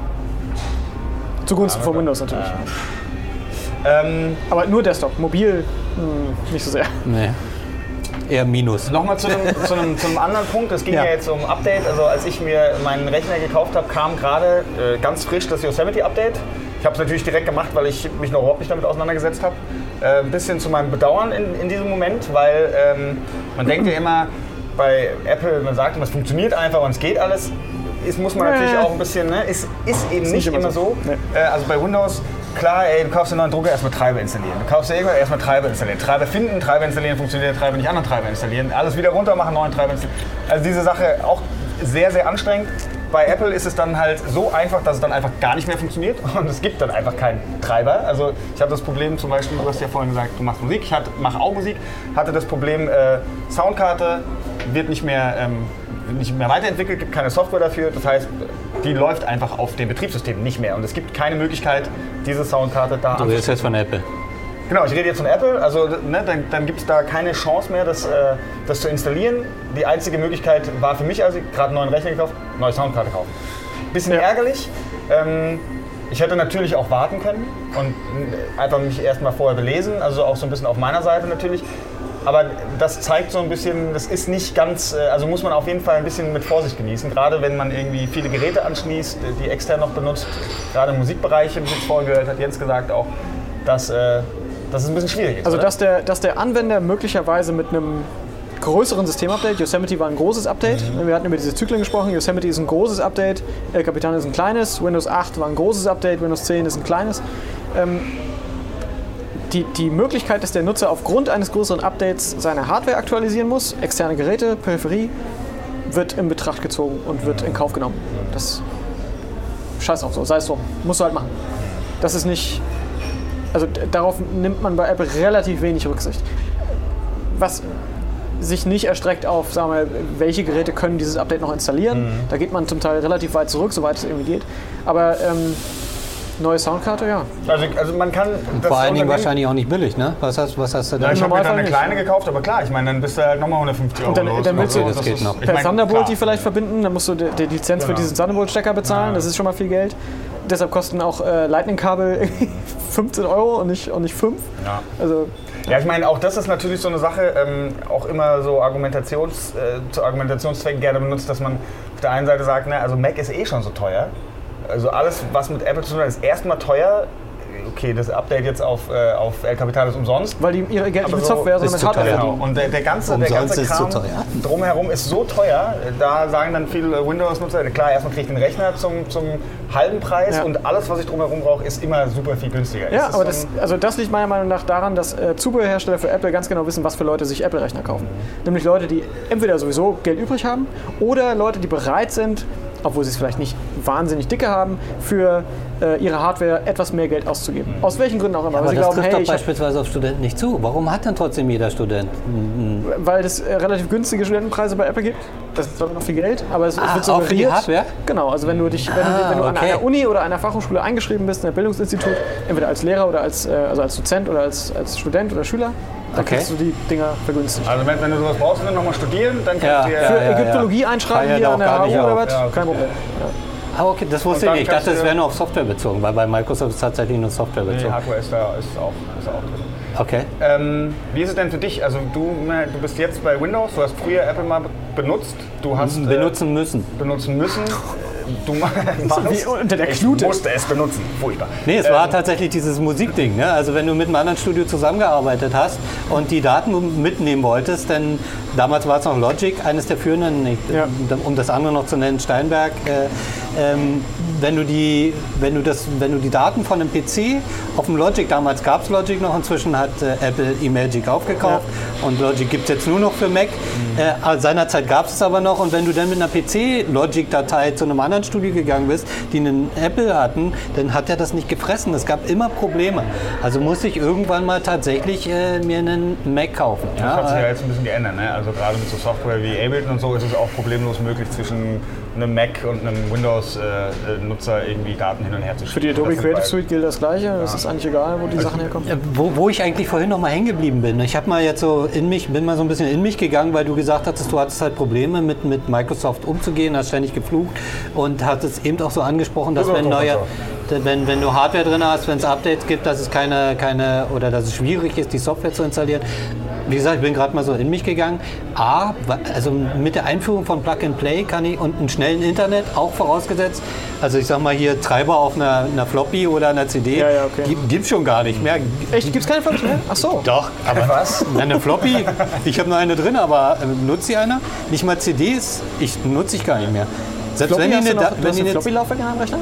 Zugunsten von Windows natürlich. Ähm, Aber nur Desktop, mobil mh, nicht so sehr. Nee. Eher Minus. Nochmal zu einem, zu, einem, zu einem anderen Punkt. Es ging ja. Ja. jetzt um Update. Also als ich mir meinen Rechner gekauft habe, kam gerade äh, ganz frisch das Yosemite Update. Ich habe es natürlich direkt gemacht, weil ich mich noch überhaupt nicht damit auseinandergesetzt habe. Äh, ein bisschen zu meinem Bedauern in, in diesem Moment, weil ähm, man denkt ja immer bei Apple, man sagt immer, es funktioniert einfach und es geht alles. Ist, muss man natürlich auch ein bisschen, ne? ist, ist eben Ist nicht nicht immer immer so. so. Nee. Äh, also bei Windows, klar, ey, du kaufst einen neuen Drucker, erstmal Treiber installieren. Du kaufst dir irgendwann erstmal Treiber installieren. Treiber finden, Treiber installieren, funktioniert der Treiber nicht, anderen Treiber installieren. Alles wieder runter machen, neuen Treiber installieren. Also diese Sache auch sehr, sehr anstrengend. Bei Apple ist es dann halt so einfach, dass es dann einfach gar nicht mehr funktioniert und es gibt dann einfach keinen Treiber. Also ich habe das Problem zum Beispiel, du hast ja vorhin gesagt, du machst Musik, ich mache auch Musik, hatte das Problem, äh, Soundkarte wird nicht mehr, ähm, nicht mehr weiterentwickelt, gibt keine Software dafür, das heißt, die läuft einfach auf dem Betriebssystem nicht mehr und es gibt keine Möglichkeit, diese Soundkarte da Du redest jetzt von Apple. Genau, ich rede jetzt von Apple, also ne, dann, dann gibt es da keine Chance mehr, das, äh, das zu installieren. Die einzige Möglichkeit war für mich, als ich gerade einen neuen Rechner gekauft habe, neue Soundkarte kaufen. Bisschen Ja. ärgerlich. Ähm, ich hätte natürlich auch warten können und einfach mich erstmal vorher belesen, also auch so ein bisschen auf meiner Seite natürlich. Aber das zeigt so ein bisschen, das ist nicht ganz, äh, also muss man auf jeden Fall ein bisschen mit Vorsicht genießen, gerade wenn man irgendwie viele Geräte anschließt, die extern noch benutzt, gerade im Musikbereich, wie ich vorhin gehört, hat Jens gesagt auch, dass äh, dass es ein bisschen schwierig ist. Also oder? dass der, dass der Anwender möglicherweise mit einem größeren Systemupdate, Yosemite war ein großes Update, Mhm. wir hatten über diese Zyklen gesprochen, Yosemite ist ein großes Update, El Capitan ist ein kleines, Windows acht war ein großes Update, Windows zehn ist ein kleines. Ähm, die, die Möglichkeit, dass der Nutzer aufgrund eines größeren Updates seine Hardware aktualisieren muss, externe Geräte, Peripherie, wird in Betracht gezogen und wird in Kauf genommen. Das scheiß auch so, sei es drum, musst du halt machen. Das ist nicht... Also d- darauf nimmt man bei Apple relativ wenig Rücksicht. Was sich nicht erstreckt auf, sagen wir, welche Geräte können dieses Update noch installieren. Mhm. Da geht man zum Teil relativ weit zurück, soweit es irgendwie geht. Aber ähm, neue Soundkarte, ja. Also, also man kann das Vor allen Dingen Unternehmen- wahrscheinlich auch nicht billig, ne? Was hast, was hast du da? Ja, ich habe mir dann Normalfall eine nicht. kleine gekauft, aber klar, ich meine, dann bist du halt nochmal hundertfünfzig Euro Und dann, los. dann willst du Okay, das geht ist- noch. ich per meine, Thunderbolt klar. die vielleicht verbinden, dann musst du die, die Lizenz für Genau. diesen Thunderbolt-Stecker bezahlen, das ist schon mal viel Geld. Deshalb kosten auch äh, Lightning-Kabel fünfzehn Euro und nicht, und nicht fünf. Ja. Also, Ja, ich meine, auch das ist natürlich so eine Sache, ähm, auch immer so Argumentations, äh, zu Argumentationszwecken gerne benutzt, dass man auf der einen Seite sagt, ne, also Mac ist eh schon so teuer. Also alles, was mit Apple zu tun hat, ist erstmal teuer. Okay, das Update jetzt auf, äh, auf El Capital ist umsonst. weil die ihre Geld nicht Aber mit so Software, sondern ist mit zu Hardware teuer. Genau. verdienen. Und der, der ganze, der Umsonst ganze ist zu Kram teuer. drumherum ist so teuer, da sagen dann viele Windows-Nutzer, klar, erstmal kriege ich den Rechner zum, zum halben Preis Ja. und alles, was ich drumherum brauche, ist immer super viel günstiger. Ja, Es ist aber so das, ein- also das liegt meiner Meinung nach daran, dass äh, Zubehörhersteller für Apple ganz genau wissen, was für Leute sich Apple-Rechner kaufen. Nämlich Leute, die entweder sowieso Geld übrig haben oder Leute, die bereit sind, obwohl sie es vielleicht nicht wahnsinnig dicke haben, für äh, ihre Hardware etwas mehr Geld auszugeben. Aus welchen Gründen auch immer. Aber Weil sie das glauben, trifft hey, doch ich hab, beispielsweise auf Studenten nicht zu. Warum hat denn trotzdem jeder Student? weil es äh, relativ günstige Studentenpreise bei Apple gibt. Das ist zwar noch viel Geld, aber es, es Ah, wird auch für die suggeriert. Hardware? Genau, also wenn du, dich, wenn du, Ah, wenn du an okay. einer Uni oder einer Fachhochschule eingeschrieben bist, in einem Bildungsinstitut, entweder als Lehrer oder als, äh, also als Dozent oder als, als Student oder Schüler, dann Okay. kriegst du die Dinger vergünstigt. Also wenn, wenn du sowas brauchst und dann nochmal studieren, dann kannst Ja, du dir... ja, Für ja. Ägyptologie einschreiben Feiert hier auch an der gar H nicht U oder auf. was? Ja, Kein Problem. Ah, okay, das wusste Und ich dann nicht. Ich dachte, kannst es du- wäre nur auf Software bezogen, weil bei Microsoft ist tatsächlich nur Software Nee, bezogen. Hardware ist da ist auch, ist auch drin. Okay. Ähm, wie ist es denn für dich? Also du, ne, du bist jetzt bei Windows, du hast früher Apple mal be- benutzt, du hast äh, Benutzen müssen. benutzen müssen. du machst, unter der ich Knute. musste es benutzen. Furchtbar. Nee, es war tatsächlich dieses Musikding. Ne? Also wenn du mit einem anderen Studio zusammengearbeitet hast und die Daten mitnehmen wolltest, dann damals war es noch Logic, eines der führenden, nicht, Ja. um das andere noch zu nennen, Steinberg. Äh, ähm, wenn du die, wenn du das, wenn du die Daten von einem P C auf dem Logic, damals gab es Logic noch, inzwischen hat äh, Apple eMagic aufgekauft ja. und Logic gibt es jetzt nur noch für Mac. Mhm. Äh, seinerzeit gab es es aber noch und wenn du dann mit einer P C-Logic-Datei zu einem anderen Studio gegangen bist, die einen Apple hatten, dann hat er das nicht gefressen. Es gab immer Probleme. Also musste ich irgendwann mal tatsächlich äh, mir einen Mac kaufen. Das ja? hat sich ja jetzt ein bisschen geändert. Ne? Also gerade mit so Software wie Ableton und so ist es auch problemlos möglich, zwischen einem Mac und einem Windows-Nutzer irgendwie Daten hin und her zu schicken. Für die Adobe Creative Suite gilt das Gleiche. Das ja. ist eigentlich egal, wo die also Sachen herkommen. Äh, wo, wo ich eigentlich vorhin noch mal hängen geblieben bin. Ich habe mal jetzt so in mich, bin mal so ein bisschen in mich gegangen, weil du gesagt hattest, du hattest halt Probleme mit, mit Microsoft umzugehen, hast ständig geflucht und hattest eben auch so angesprochen, dass wenn neuer Wenn, wenn du Hardware drin hast, wenn es Updates gibt, dass es keine, keine oder dass es schwierig ist, die Software zu installieren. Wie gesagt, ich bin gerade mal so in mich gegangen. A, also mit der Einführung von Plug and Play kann ich und einem schnellen Internet auch vorausgesetzt. Also ich sag mal hier Treiber auf einer, einer Floppy oder einer C D ja, ja, okay. gibt es schon gar nicht mehr. Echt? Gibt es keine Floppy mehr? Ach so. Doch. Aber was? Eine Floppy? Ich habe nur eine drin, aber äh, nutzt sie einer? Nicht mal C Ds? Ich nutze ich gar nicht mehr. Selbst Floppy, wenn die eine, noch, wenn die eine Floppy-Laufwerk in einem Rechner?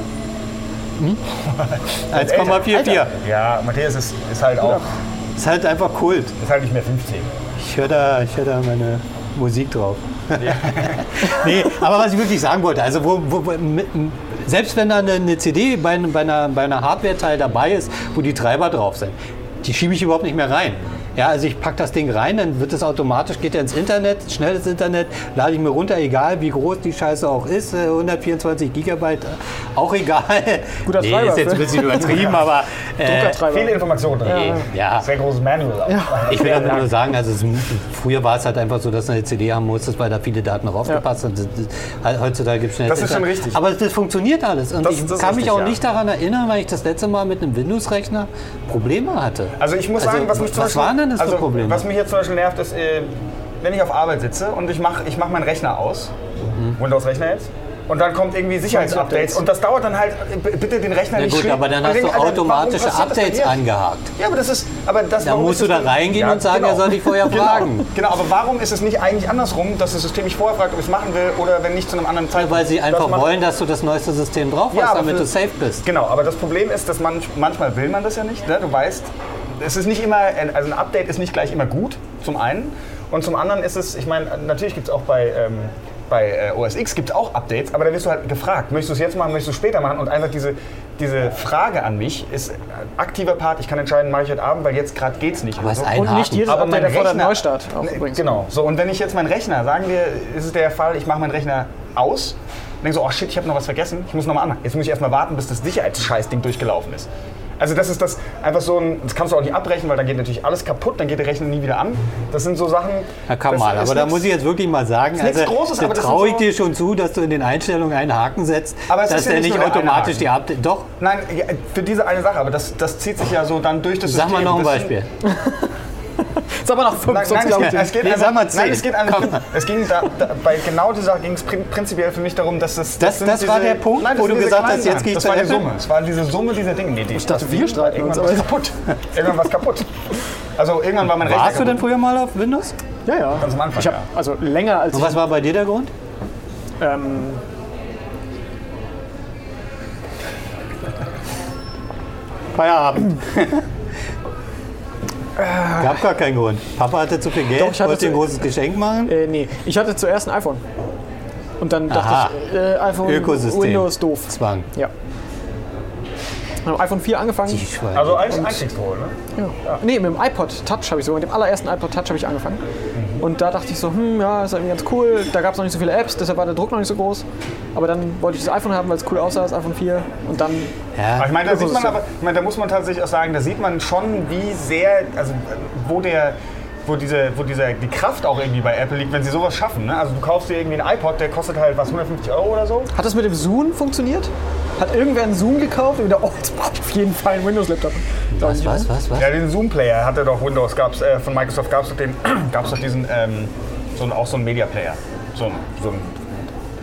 eins Komma vierundvierzig. Ja, Matthias ist, ist halt auch. Ist halt einfach Kult. Ist halt nicht mehr fünfzehn. Ich höre da, ich hör da meine Musik drauf. Ja. Nee, aber was ich wirklich sagen wollte, also wo, wo, mit, selbst wenn da eine, eine C D bei, bei einer, bei einer Hardware-Teil dabei ist, wo die Treiber drauf sind, die schiebe ich überhaupt nicht mehr rein. Ja, also ich packe das Ding rein, dann wird es automatisch, geht er ins Internet, schnelles Internet, lade ich mir runter, egal wie groß die Scheiße auch ist, hundertvierundzwanzig Gigabyte, auch egal. Guter nee, Treiber. Ist jetzt ein bisschen übertrieben, aber... Äh, viele Informationen drin. Ja. Ja. Sehr großes Manual auch. Ja. Ich will damit nur sagen, also es, früher war es halt einfach so, dass du eine C D haben musstest, weil da viele Daten raufgepasst ja. sind. Heutzutage gibt es schnell... Das ist schon richtig. Aber das funktioniert alles. Und das, ich das kann richtig, mich auch ja. nicht daran erinnern, weil ich das letzte Mal mit einem Windows-Rechner Probleme hatte. Also ich muss also, sagen, was mich zum was Beispiel... waren denn das also, für Probleme? Was mich jetzt zum Beispiel nervt, ist, äh, wenn ich auf Arbeit sitze und ich mache ich mach meinen Rechner aus, mhm. Windows-Rechner jetzt, und dann kommt irgendwie Sicherheitsupdates und das dauert dann halt, bitte den Rechner Na nicht gut, schlimm. aber dann hast denke, du automatische Updates angehakt. Ja, aber das ist... Aber das, da musst du da reingehen ja, und sagen, genau. er soll dich vorher genau. fragen. Genau, aber warum ist es nicht eigentlich andersrum, dass das System mich vorher fragt, ob ich es machen will oder wenn nicht zu einem anderen Zeitpunkt? Ja, weil sie einfach dass wollen, dass du das neueste System drauf hast, ja, damit für, du safe bist. Genau, aber das Problem ist, dass man, manchmal will man das ja nicht. Ne? Du weißt, es ist nicht immer, also ein Update ist nicht gleich immer gut, zum einen. Und zum anderen ist es, ich meine, natürlich gibt es auch bei... Ähm, Bei äh, O S X gibt es auch Updates, aber da wirst du halt gefragt, möchtest du es jetzt machen, möchtest du es später machen? Und einfach diese, diese Frage an mich ist aktiver Part, ich kann entscheiden, mache ich heute Abend, weil jetzt gerade geht es nicht. Aber so. ein Und nicht jedes aber Update mein erfordert Rechner, Neustart. Auch übrigens. Genau, so, und wenn ich jetzt meinen Rechner, sagen wir, ist es der Fall, ich mache meinen Rechner aus, denke so, oh shit, ich habe noch was vergessen, ich muss nochmal anmachen. Jetzt muss ich erstmal warten, bis das Sicherheitsscheißding durchgelaufen ist. Also das ist das einfach so ein, das kannst du auch nicht abbrechen, weil dann geht natürlich alles kaputt, dann geht der Rechner nie wieder an. Das sind so Sachen... Na komm mal, aber da muss ich jetzt wirklich mal sagen, also Großes, da traue ich dir schon zu, dass du in den Einstellungen einen Haken setzt, aber es dass ist ja der nicht nicht nur der automatisch die Update... Doch? Nein, ja, für diese eine Sache, aber das, das zieht sich ja so dann durch das Sag System. mal noch ein Beispiel. Sag mal noch fünf, nein, sonst nein, glaube ich es, es geht nee, einfach, sag mal zehn. Nein, es geht einfach, es ging da, da, bei genau dieser Sache ging es prin, prinzipiell für mich darum, dass es... Das, das, das war der Punkt, nein, wo du gesagt hast, jetzt gehe ich Das zu war die Apple? Summe, es war diese Summe dieser Dinge. Die, die, ich dachte, wir streiten uns. Irgendwann war es kaputt. Irgendwann war es kaputt. Also irgendwann war mein Rechner Warst du denn früher mal auf Windows? Ja, ja. Ganz am Anfang, ich hab, ja. Also länger als... Und was war bei dir der Grund? Ähm, Feierabend. Gab gar keinen Grund. Papa hatte zu viel Geld, Doch, ich hatte wollte ein zu- großes Geschenk machen. äh, nee, ich hatte zuerst ein iPhone. Und dann dachte Aha. ich, äh, iPhone, Ökosystem. Windows doof. Zwang. Ja. Mit dem iPhone vier angefangen. Die Schweine. Also Einst- Einstiegsdrohe, ne? Ja. Nee, mit dem iPod Touch habe ich sogar, mit dem allerersten iPod Touch habe ich angefangen. Mhm. Und da dachte ich so, hm, ja, ist irgendwie ganz cool. Da gab es noch nicht so viele Apps, deshalb war der Druck noch nicht so groß. Aber dann wollte ich das iPhone haben, weil es cool aussah, das iPhone vier. Und dann, Ja. Aber ich meine, da sieht man Ökosystem. aber, ich meine, da muss man tatsächlich auch sagen, da sieht man schon, wie sehr, also wo der, wo diese, wo dieser, die Kraft auch irgendwie bei Apple liegt, wenn sie sowas schaffen. Ne? Also du kaufst dir irgendwie einen iPod, der kostet halt was, hundertfünfzig Euro oder so. hat das mit dem Zoom funktioniert? Hat irgendwer einen Zoom gekauft und wieder, oh, jetzt brauche ich auf jeden Fall einen Windows-Laptop. Was, was, was, was? Ja, den Zoom-Player hatte doch Windows, gab's, äh, von Microsoft gab es doch, den, gab's doch diesen, ähm, so ein, auch so einen Media-Player. So ein, so ein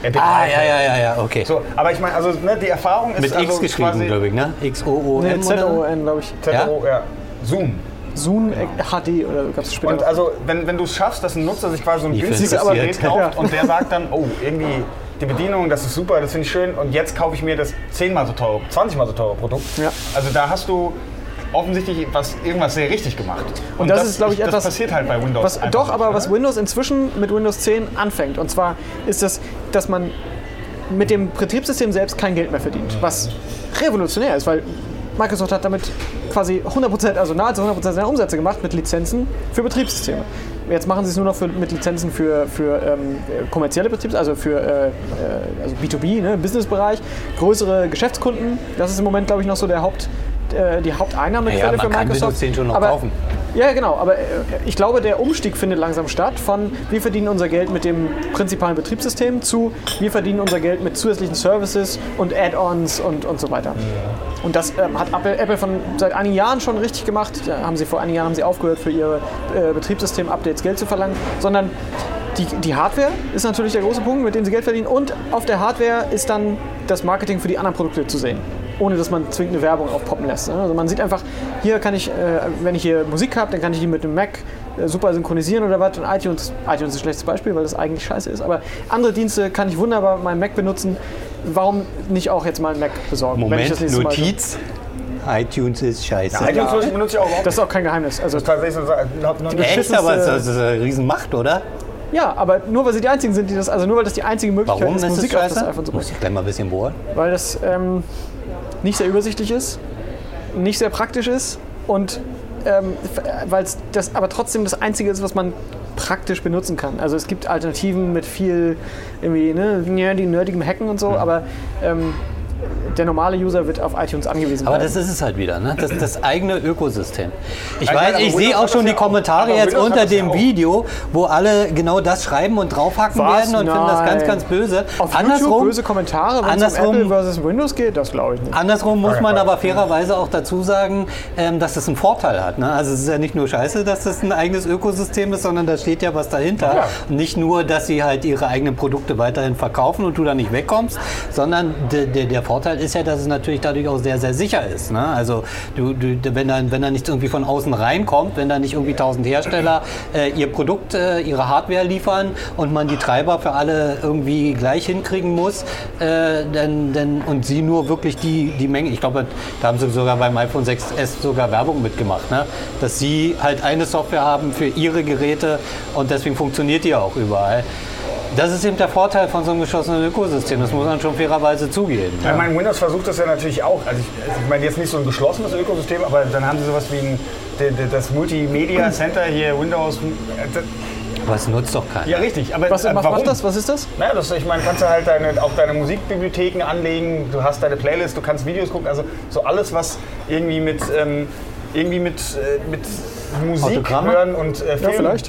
Epic Ah, iPad. ja, ja, ja, ja, okay. So, aber ich meine, also ne, die Erfahrung ist Mit also X geschrieben, glaube ich, ne? X O O M Nee, Z O N, glaube ich. Z O, ja. Zoom. Zoom H D oder gab es später. Und also, wenn, wenn du es schaffst, dass ein Nutzer sich quasi so ein Nie günstiges interessiert. Gerät kauft Ja. und der sagt dann, oh, irgendwie die Bedienung, das ist super, das finde ich schön und jetzt kaufe ich mir das zehnmal so teure, zwanzigmal so teure Produkt. Ja. Also da hast du offensichtlich was, irgendwas sehr richtig gemacht. Und das ist, glaube ich, das etwas, passiert halt bei Windows. Was, einfach doch, nicht, aber oder? was Windows inzwischen mit Windows zehn anfängt. Und zwar ist das, dass man mit dem Betriebssystem selbst kein Geld mehr verdient. Was revolutionär ist, weil Microsoft hat damit quasi hundert Prozent, also nahezu hundert Prozent seiner Umsätze gemacht mit Lizenzen für Betriebssysteme. Jetzt machen sie es nur noch für, mit Lizenzen für, für ähm, kommerzielle Betriebssysteme, also für äh, also B zwei B, ne, Businessbereich, größere Geschäftskunden. Das ist im Moment, glaube ich, noch so der Haupt, äh, die Haupteinnahmequelle Ja, ja, man für kann Microsoft. Windows zehn schon noch aber, kaufen. Ja, genau, aber äh, ich glaube, der Umstieg findet langsam statt von wir verdienen unser Geld mit dem prinzipalen Betriebssystem zu wir verdienen unser Geld mit zusätzlichen Services und Add-ons und, und so weiter. Und das ähm, hat Apple, Apple von seit einigen Jahren schon richtig gemacht. Da haben sie vor einigen Jahren haben sie aufgehört, für ihre äh, Betriebssystem-Updates Geld zu verlangen, sondern die, die Hardware ist natürlich der große Punkt, mit dem sie Geld verdienen. Und auf der Hardware ist dann das Marketing für die anderen Produkte zu sehen, ohne dass man zwingend eine Werbung aufpoppen lässt. Also man sieht einfach, hier kann ich, äh, wenn ich hier Musik habe, dann kann ich die mit dem Mac äh, super synchronisieren oder was. Und iTunes, iTunes ist ein schlechtes Beispiel, weil das eigentlich scheiße ist. Aber andere Dienste kann ich wunderbar meinen Mac benutzen. Warum nicht auch jetzt mal einen Mac besorgen? wenn ich Moment, das nächste Mal- Notiz. iTunes ist scheiße. Ja, iTunes benutze ich auch überhaupt Das ist auch kein Geheimnis. Also, nicht. Tatsächlich so, noch, noch nicht. Echt, aber das ist eine Riesenmacht, oder? ja, aber nur weil sie die einzigen sind, die das, also nur weil das die einzige Möglichkeit Warum ist, ist es Musik auf das scheiße? iPhone zu Muss bringen. ich gleich mal ein bisschen bohren. Weil das ähm, nicht sehr übersichtlich ist, nicht sehr praktisch ist und ähm, weil es das aber trotzdem das Einzige ist, was man praktisch benutzen kann. Also es gibt Alternativen mit viel irgendwie ne, nerdy, nerdigem Hacken und so, Mhm. aber ähm, der normale User wird auf iTunes angewiesen Aber bleiben. das ist es halt wieder, ne? das, das eigene Ökosystem. Ich Ich meine, weiß, aber ich Windows sehe hat auch schon das die ja auch. Kommentare Aber jetzt Windows unter hat das dem ja auch. Video, wo alle genau das schreiben und draufhacken Was? werden und finden das ganz, Nein. ganz böse. Auf YouTube Andersrum, böse Kommentare, wenn es um andersrum- Apple versus Windows geht, das glaube ich nicht. Andersrum muss Okay, man okay. aber fairerweise auch dazu sagen, ähm, dass das einen Vorteil hat. Ne? Also es ist ja nicht nur scheiße, dass das ein eigenes Ökosystem ist, sondern da steht ja was dahinter. Ja. Und nicht nur, dass sie halt ihre eigenen Produkte weiterhin verkaufen und du da nicht wegkommst, sondern de, de, der Vorteil ist ja, dass es natürlich dadurch auch sehr, sehr sicher ist. Ne? Also du, du, wenn, da, wenn da nichts irgendwie von außen reinkommt, wenn da nicht irgendwie tausend Hersteller äh, ihr Produkt, äh, ihre Hardware liefern und man die Treiber für alle irgendwie gleich hinkriegen muss, äh, denn, denn, und sie nur wirklich die, die Menge, ich glaube, da haben sie sogar beim iPhone sechs S sogar Werbung mitgemacht, ne? Dass sie halt eine Software haben für ihre Geräte und deswegen funktioniert die auch überall. Das ist eben der Vorteil von so einem geschlossenen Ökosystem, das muss man schon fairerweise zugeben. Ja. Ich meine, Windows versucht das ja natürlich auch. Also ich, ich meine jetzt nicht so ein geschlossenes Ökosystem, aber dann haben sie sowas wie ein, de, de, das Multimedia Center hier, Windows. Das, Aber es nutzt doch keiner. ja, richtig. Aber Was äh, macht, warum? macht das? Was ist das? Naja, das, ich meine, kannst du halt deine, auch deine Musikbibliotheken anlegen, du hast deine Playlist, du kannst Videos gucken, also so alles, was irgendwie mit, ähm, irgendwie mit, äh, mit Musik Autogramme? hören und äh, Film, Ja, vielleicht.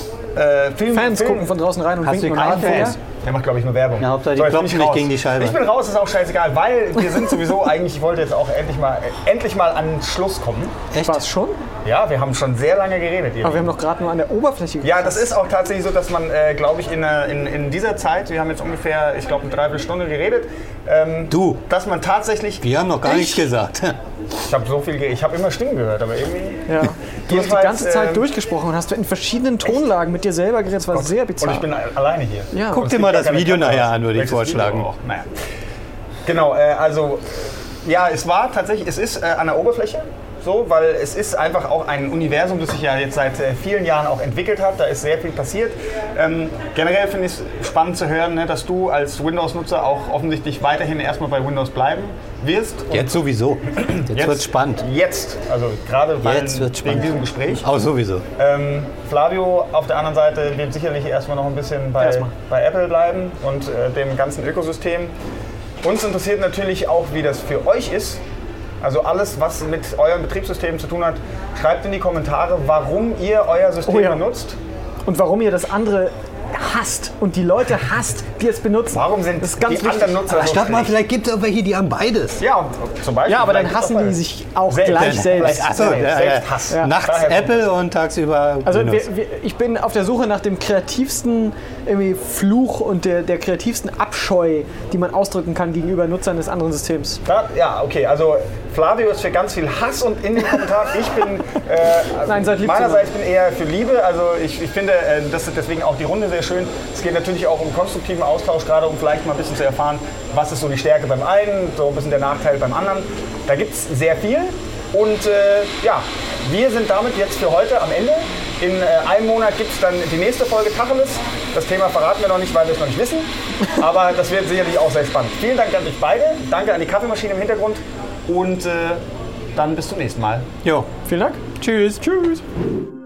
Äh, Film, Fans Film. gucken von draußen rein und Hast du winken und keinen lachen. Fan? Der macht, glaube ich, nur Werbung. Ja, Hauptsache die So, jetzt bin klopfen ich nicht raus. gegen die Scheibe. Ich bin raus, ist auch scheißegal, weil wir sind sowieso eigentlich, ich wollte jetzt auch endlich mal, äh, endlich mal an den Schluss kommen. Echt? War es schon? Ja, wir haben schon sehr lange geredet. Aber wir haben noch gerade nur an der Oberfläche Ja, das ist auch tatsächlich so, dass man, äh, glaube ich, in, äh, in, in dieser Zeit, wir haben jetzt ungefähr, ich glaube, eine Dreiviertelstunde geredet, ähm, Du. dass man tatsächlich, Wir haben noch gar nichts gesagt. ich habe so viel, ge ich habe immer Stimmen gehört, aber irgendwie, Ja. Du hast die Jedenfalls, ganze Zeit ähm, durchgesprochen und hast in verschiedenen Tonlagen mit dir selber geredet. Das war sehr bizarr. und ich bin alleine hier. Ja. Guck Und es dir gibt mal gar das keine Video Kamera. nachher an, würde ich Welches vorschlagen. Video auch? Naja. Genau, äh, also, ja, es war tatsächlich, es ist äh, an der Oberfläche. So, weil es ist einfach auch ein Universum, das sich ja jetzt seit äh, vielen Jahren auch entwickelt hat. Da ist sehr viel passiert. Ähm, generell finde ich es spannend zu hören, ne, dass du als Windows-Nutzer auch offensichtlich weiterhin erstmal bei Windows bleiben wirst. Und Jetzt sowieso. Jetzt, wird's spannend. Jetzt, also gerade weil, Jetzt wird's wegen spannend. diesem Gespräch. Auch sowieso. Ähm, Flavio auf der anderen Seite wird sicherlich erstmal noch ein bisschen bei, Erstmal. bei Apple bleiben und äh, dem ganzen Ökosystem. Uns interessiert natürlich auch, wie das für euch ist. Also alles, was mit eurem Betriebssystem zu tun hat, schreibt in die Kommentare, warum ihr euer System Oh ja. benutzt. Und warum ihr das andere hasst und die Leute hasst, die es benutzen. Warum sind das ist ganz die wichtig. anderen Nutzer Aber so statt mal, schlecht? vielleicht gibt es auch welche, die haben beides. Ja, und zum Beispiel. Ja, aber dann vielleicht hassen gibt's die auch sich auch Selbst. gleich selbst. Achso, ja, ja. Selbsthass. Ja. Nachts Daher kommt Apple und tagsüber Also Windows. wir, wir, ich bin auf der Suche nach dem kreativsten irgendwie Fluch und der, der kreativsten Abscheu, die man ausdrücken kann gegenüber Nutzern des anderen Systems. Da, ja, okay, also Flavio ist für ganz viel Hass und in den Kommentaren, ich bin äh, Nein, seid lieb zu meinerseits bin eher für Liebe, also ich, ich finde, äh, das ist deswegen auch die Runde sehr schön. Es geht natürlich auch um konstruktiven Austausch, gerade um vielleicht mal ein bisschen zu erfahren, was ist so die Stärke beim einen, so ein bisschen der Nachteil beim anderen. Da gibt es sehr viel und äh, ja, wir sind damit jetzt für heute am Ende. In äh, einem Monat gibt es dann die nächste Folge Tacheles. Das Thema verraten wir noch nicht, weil wir es noch nicht wissen. Aber das wird sicherlich auch sehr spannend. Vielen Dank an euch beide. Danke an die Kaffeemaschine im Hintergrund. Und äh, dann bis zum nächsten Mal. Jo. Vielen Dank. Tschüss. Tschüss.